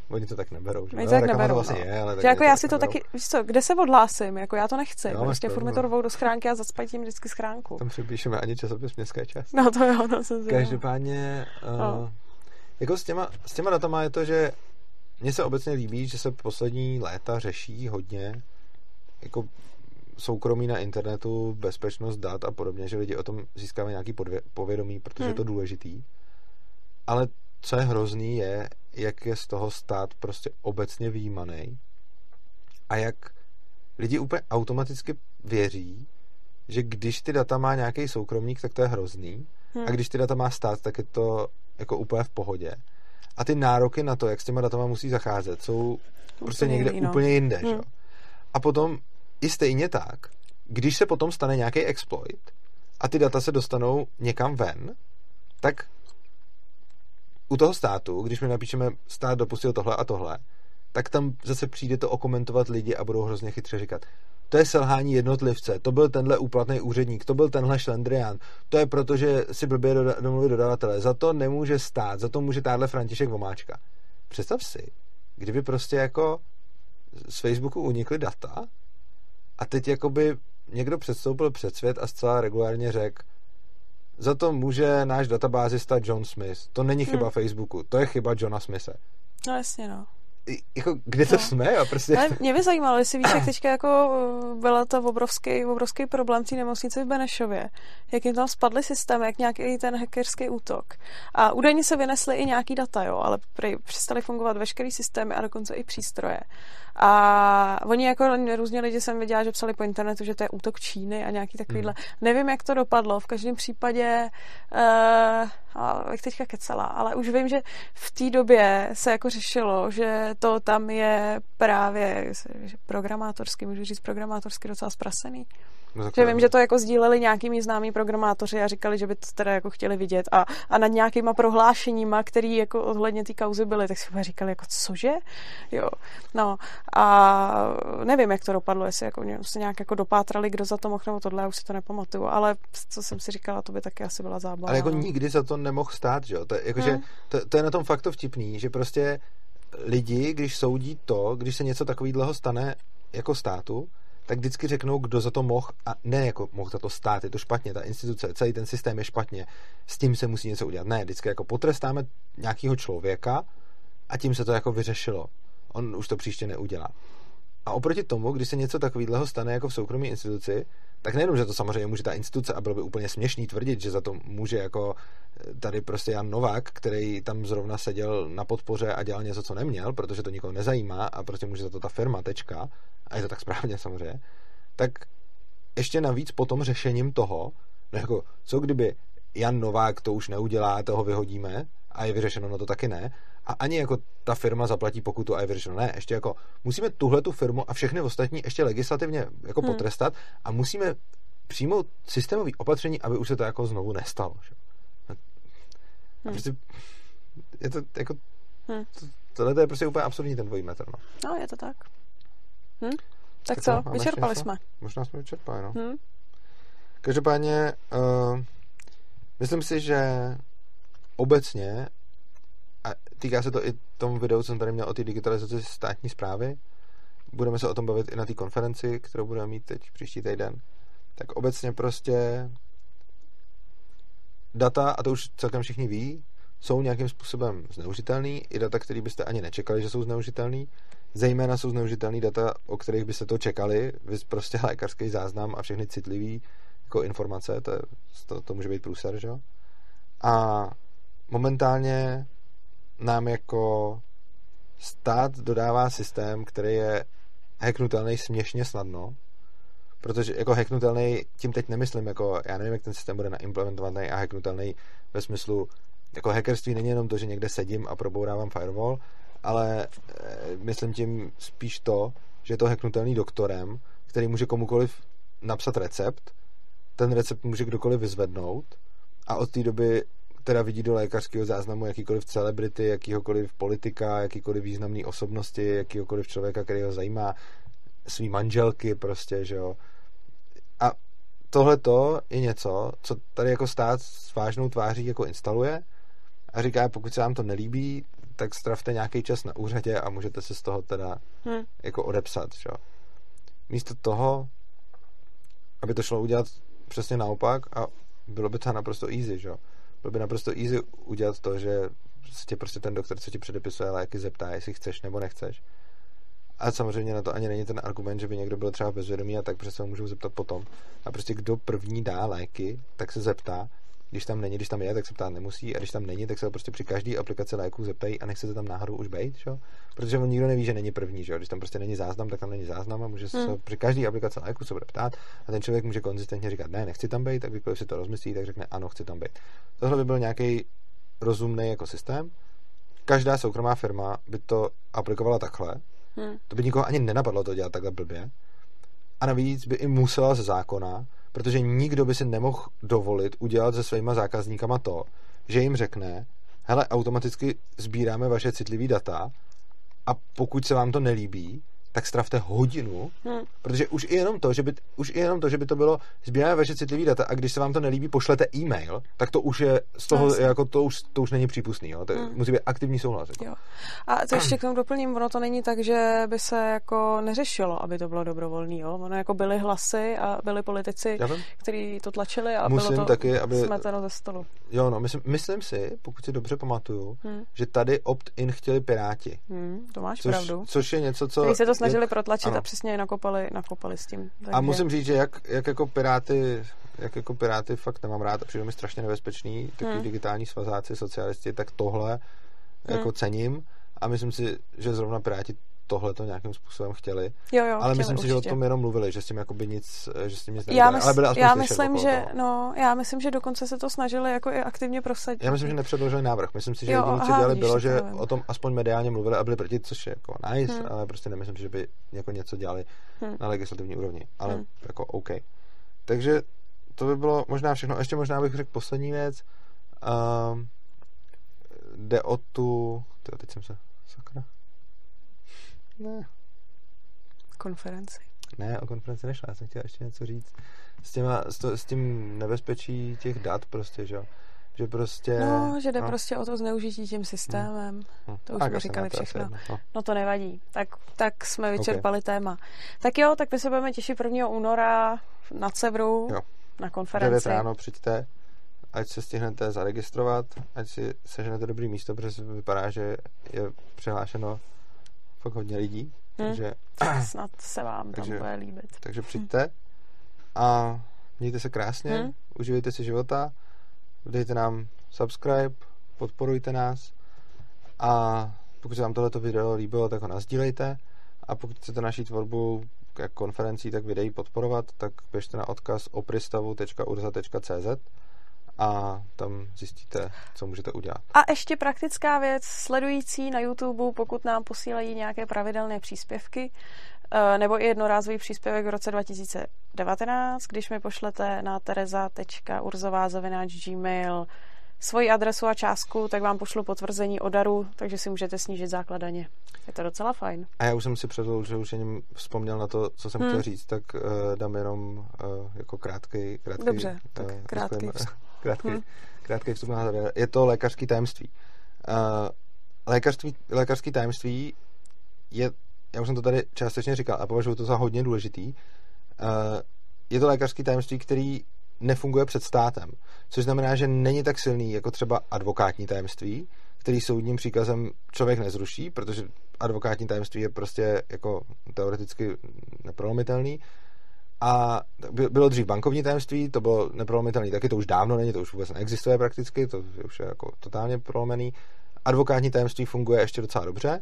oni to tak neberou. Že? Oni No, to tak reklama neberou, to vlastně no. je, ale že jako já si to neberou. taky, víš co, kde se odhlásím, jako já to nechci, Jo, prostě furt mi to rovou do schránky a zacpají tím vždycky schránku. Tam připíšeme ani časopis Městská část. No to jo, no jsem si Každopádně, uh, no. jako s těma, s těma datama je to, že mně se obecně líbí, že se poslední léta řeší hodně jako soukromí na internetu, bezpečnost dat a podobně, že lidi o tom získávají nějaký podvě- povědomí, protože hmm. je to důležitý. Ale co je hrozný je, jak je z toho stát prostě obecně vyjímaný a jak lidi úplně automaticky věří, že když ty data má nějaký soukromník, tak to je hrozný hmm. a když ty data má stát, tak je to jako úplně v pohodě. A ty nároky na to, jak s těma datama musí zacházet, jsou prostě úplně někde jiný, no. úplně jinde. Hmm. Že? A potom i stejně tak, když se potom stane nějaký exploit a ty data se dostanou někam ven, tak u toho státu, když my napíšeme stát dopustil tohle a tohle, tak tam zase přijde to okomentovat lidi a budou hrozně chytře říkat, to je selhání jednotlivce, to byl tenhle úplatný úředník, to byl tenhle šlendrián, to je proto, že si blbě domluví dodavatele, za to nemůže stát, za to může táhle František Vomáčka. Představ si, kdyby prostě jako z Facebooku unikly data a teď jakoby někdo předstoupil před svět a zcela regulárně řekl, za to může náš databázista John Smith. To není chyba hmm. Facebooku, to je chyba Johna Smithe. No jasně, no. Jako, kde to no. jsme? A prostě... Ale mě by zajímalo, jestli víš, jak teďka jako byl to obrovský, obrovský problém té nemocnice v Benešově. Jak jim tam spadly systémy, jak nějaký ten hackerský útok. A údajně se vynesly i nějaký data, jo, ale přestaly fungovat veškerý systémy a dokonce i přístroje. A oni jako různě lidi jsem viděla, že psali po internetu, že to je útok Číny a nějaký takovýhle. Hmm. Nevím, jak to dopadlo. V každém případě uh, jak teďka kecala, ale už vím, že v té době se jako řešilo, že to tam je právě že programátorsky, můžu říct programátorsky docela zprasený. No, že vím, že to jako sdíleli nějakými známí programátoři a říkali, že by to teda jako chtěli vidět a, a nad nějakýma prohlášeníma, který jako ohledně té kauzy byly, tak si říkali jako cože? Jo, no a nevím, jak to dopadlo, jestli jako se nějak jako dopátrali, kdo za to mohl, nebo tohle, já už si to nepamatuju, ale co jsem si říkala, to by taky asi byla zábava. Ale jako no. nikdy za to nemohl stát, že jo? To, jako, hmm. že, to, to je na tom fakt to vtipný, že prostě lidi, když soudí to, když se něco takového stane jako státu, tak vždycky řeknou, kdo za to mohl a ne jako mohl za to stát, je to špatně, ta instituce, celý ten systém je špatně, s tím se musí něco udělat. Ne, vždycky jako potrestáme nějakého člověka a tím se to jako vyřešilo. On už to příště neudělá. A oproti tomu, když se něco takového stane jako v soukromé instituci, tak nejenom, že to samozřejmě může ta instituce a bylo by úplně směšný tvrdit, že za to může jako tady prostě Jan Novák, který tam zrovna seděl na podpoře a dělal něco, co neměl, protože to nikoho nezajímá a prostě může za to ta firma, tečka, a je to tak správně samozřejmě, tak ještě navíc potom řešením toho, no jako, co kdyby Jan Novák to už neudělá, toho vyhodíme a je vyřešeno, no to taky ne, a ani jako ta firma zaplatí pokutu a je vyřešeno, ne, ještě jako musíme tuhle tu firmu a všechny ostatní ještě legislativně jako hmm. potrestat a musíme přijmout systémový opatření, aby už se to jako znovu nestalo. Že? A hmm. prostě je to jako hmm. to, tohle je prostě úplně absurdní ten dvojí metr. No, no je to tak. Hm? Tak, tak co, vyčerpali jsme. Možná jsme vyčerpali, no. Hmm? Každopádně uh, myslím si, že obecně a týká se to i tomu videu, co jsem tady měl o té digitalizaci státní správy. Budeme se o tom bavit i na té konferenci, kterou budeme mít teď příští týden. Tak obecně prostě data, a to už celkem všichni ví, jsou nějakým způsobem zneužitelný. I data, které byste ani nečekali, že jsou zneužitelný. Zejména jsou zneužitelný data, o kterých byste to čekali. Vy prostě lékařský záznam a všechny citlivý jako informace, to, je, to, to může být průser, že jo? A momentálně nám jako stát dodává systém, který je hacknutelný směšně snadno, protože jako hacknutelný, tím teď nemyslím, jako já nevím, jak ten systém bude naimplementovaný a hacknutelný ve smyslu, jako hackerství není jenom to, že někde sedím a probourávám firewall, ale e, myslím tím spíš to, že je to hacknutelný doktorem, který může komukoliv napsat recept, ten recept může kdokoliv vyzvednout a od té doby teda vidí do lékařského záznamu jakýkoliv celebrity, jakýhokoliv politika, jakýkoliv významný osobnosti, jakýkoliv člověka, který ho zajímá, svý manželky prostě, že jo. A tohleto je něco, co tady jako stát s vážnou tváří jako instaluje a říká, pokud se vám to nelíbí, tak stravte nějaký čas na úřadě a můžete se z toho teda hmm. jako odepsat, že? Místo toho, aby to šlo udělat přesně naopak a bylo by to naprosto easy, že? Bylo by naprosto easy udělat to, že se tě prostě ten doktor, co ti předepisuje léky, zeptá, jestli chceš nebo nechceš. A samozřejmě na to ani není ten argument, že by někdo byl třeba bezvědomý a tak prostě se ho můžou zeptat potom. A prostě kdo první dá léky, tak se zeptá. Když tam není, když tam je, tak se ptát nemusí, a když tam není, tak se ho prostě při každé aplikaci léků zeptají a nechcete tam náhodou už bejt, že? Protože on nikdo neví, že není první, že? Když tam prostě není záznam, tak tam není záznam a může se hmm. při každé aplikaci léku se bude ptát a ten člověk může konzistentně říkat, ne, nechci tam bejt, tak kdykoliv si to rozmyslí, tak řekne, ano, chci tam bejt. Tohle by byl nějaký rozumný jako systém. Každá soukromá firma by to aplikovala takhle. Hmm. To by nikoho ani nenapadlo to dělat takhle blbě. A navíc by i musela ze zákona, protože nikdo by si nemohl dovolit udělat se svýma zákazníkama to, že jim řekne, hele, automaticky sbíráme vaše citlivý data a pokud se vám to nelíbí, tak stravte hodinu, hmm. protože už i jenom to, že by, už i jenom to, že by to bylo sbíráme vaše citlivý data a když se vám to nelíbí, pošlete e-mail, tak to už je z toho, no, jako to už, to už není přípustný, jo? To hmm. musí být aktivní souhlas. Jako. Jo. A to ještě k tomu doplním, ono to není tak, že by se jako neřešilo, aby to bylo dobrovolný, jo? Ono jako byly hlasy a byli politici, kteří to tlačili a musím bylo to taky, aby... smeteno ze stolu. Jo, no, myslím, myslím si, pokud si dobře pamatuju, hmm. že tady opt-in chtěli Piráti. Hmm, to máš což, pravdu. Což je něco, co... Který se to snažili je, protlačit ano. a přesně nakopali, nakopali s tím. Takže... A musím říct, že jak, jak jako Piráty, jak jako Piráty fakt nemám rád a přijde mi strašně nebezpečný, takový hmm. digitální svazáci, socialisti, tak tohle hmm. jako cením a myslím si, že zrovna Piráti tohle to nějakým způsobem chtěli. Jo, jo, ale chtěli, myslím si, určitě. že o tom jenom mluvili, že s tím jakoby nic, že s tím nic já nebyli. mysl, ale byli aspoň já slyšet myslím, že toho. no, já myslím, že dokonce se to snažili jako i aktivně prosadit. Já myslím, že nepředložili návrh. Myslím si, že jo, jediné, co aha, dělali, vidíš, bylo, že nevím. o tom aspoň mediálně mluvili a byli proti, což je jako nice, hmm. ale prostě nemyslím, že by jako něco dělali hmm. na legislativní úrovni. Ale hmm. jako OK. Takže to by bylo možná všechno. Ještě možná bych řekl poslední věc. Um, jde o tu... Tyjo, teď jsem se... Sakra. Ne. Konferenci. Ne, o konferenci nešla. Já jsem chtěl ještě něco říct. S, těma, s, to, s tím nebezpečí těch dat prostě, že jo. Že prostě... No, že jde no. prostě o to zneužití tím systémem. Hmm. To už jsme říkali všechno. No. no to nevadí. Tak, tak jsme vyčerpali okay. téma. Tak jo, tak my se budeme těšit prvního února na Cevru, jo. na konferenci. devět ráno přijďte, ať se stihnete zaregistrovat, ať si seženete dobrý místo, protože vypadá, že je přihlášeno fakt hodně lidí. Hmm. Takže, snad se vám takže, tam bude líbit. Takže přijďte hmm. a mějte se krásně, hmm. uživejte si života, dejte nám subscribe, podporujte nás a pokud se vám tohleto video líbilo, tak ho nasdílejte a pokud chcete naší tvorbu jak konferencí, tak videí podporovat, tak běžte na odkaz opristavu tečka urza tečka cé zet a tam zjistíte, co můžete udělat. A ještě praktická věc, sledující na YouTube, pokud nám posílají nějaké pravidelné příspěvky, nebo i jednorázový příspěvek v roce dva tisíce devatenáct, když mi pošlete na tereza tečka urzová zavináč gmail svoji adresu a částku, tak vám pošlu potvrzení o daru, takže si můžete snížit základ daně. Je to docela fajn. A já už jsem si předvedl, že už jenom vzpomněl na to, co jsem hmm. chtěl říct, tak uh, dám jenom uh, jako krátkej, krátkej Dobře, tak uh, krátký vstup. Krátkej, hmm. krátkej vstup na závěr. Je to lékařský tajemství. Uh, lékařství. Lékařský tajemství je, já už jsem to tady částečně říkal a považuji to za hodně důležitý, uh, je to lékařský tajemství, který nefunguje před státem, což znamená, že není tak silný jako třeba advokátní tajemství, který soudním příkazem člověk nezruší, protože advokátní tajemství je prostě jako teoreticky neprolomitelný. A bylo dřív bankovní tajemství, to bylo neprolomitelný, taky to už dávno není, to už vůbec neexistuje prakticky, to už je jako totálně prolomený. Advokátní tajemství funguje ještě docela dobře,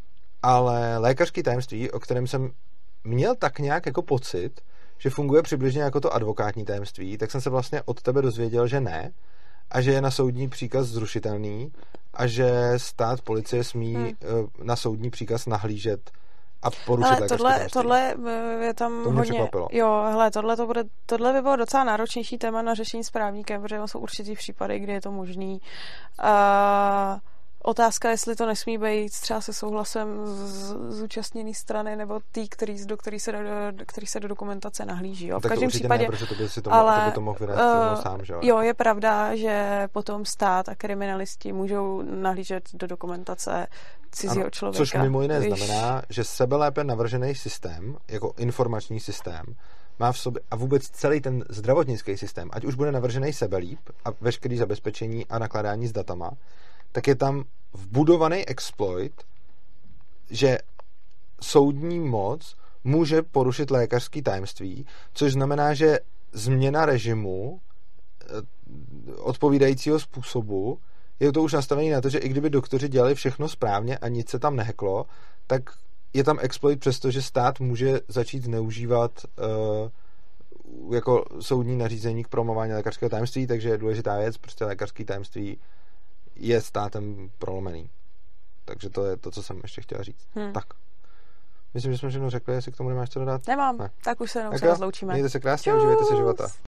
ale lékařský tajemství, o kterém jsem měl tak nějak jako pocit, že funguje přibližně jako to advokátní tajemství, tak jsem se vlastně od tebe dozvěděl, že ne a že je na soudní příkaz zrušitelný a že stát, policie smí hmm. na soudní příkaz nahlížet a porušit lékařské tohle, tajemství. Tohle je tam to hodně... Překvapilo. Jo, hele, tohle, to bude, tohle by bylo docela náročnější téma na řešení s právníkem, protože jsou určitý případy, kdy je to možný. Uh, Otázka, jestli to nesmí být třeba se souhlasem z zúčastněné strany nebo tý, který, do který se do, který se do dokumentace nahlíží. Jo. V tak každém to případě, ne, protože to by, si to, ale, to by to mohl vydat uh, sám, že jo? Jo, je pravda, že potom stát a kriminalisti můžou nahlížet do dokumentace cizího ano, člověka. Což mimo jiné když... znamená, že sebelépe navržený systém, jako informační systém, má v sobě, a vůbec celý ten zdravotnický systém, ať už bude navržený sebelíp a veškerý zabezpečení a nakladání s datama, tak je tam vbudovaný exploit, že soudní moc může porušit lékařský tajemství, což znamená, že změna režimu odpovídajícího způsobu je to už nastavené na to, že i kdyby doktoři dělali všechno správně a nic se tam neheklo, tak je tam exploit přesto, že stát může začít zneužívat uh, jako soudní nařízení k promování lékařského tajemství, takže je důležitá věc, prostě lékařské tajemství je státem prolomený. Takže to je to, co jsem ještě chtěla říct. Hmm. Tak. Myslím, že jsme všechno řekli, jestli k tomu nemáš co dodat. Nemám, ne. tak už se jenom tak se rozloučíme. Mějte se krásně, užívejte se života.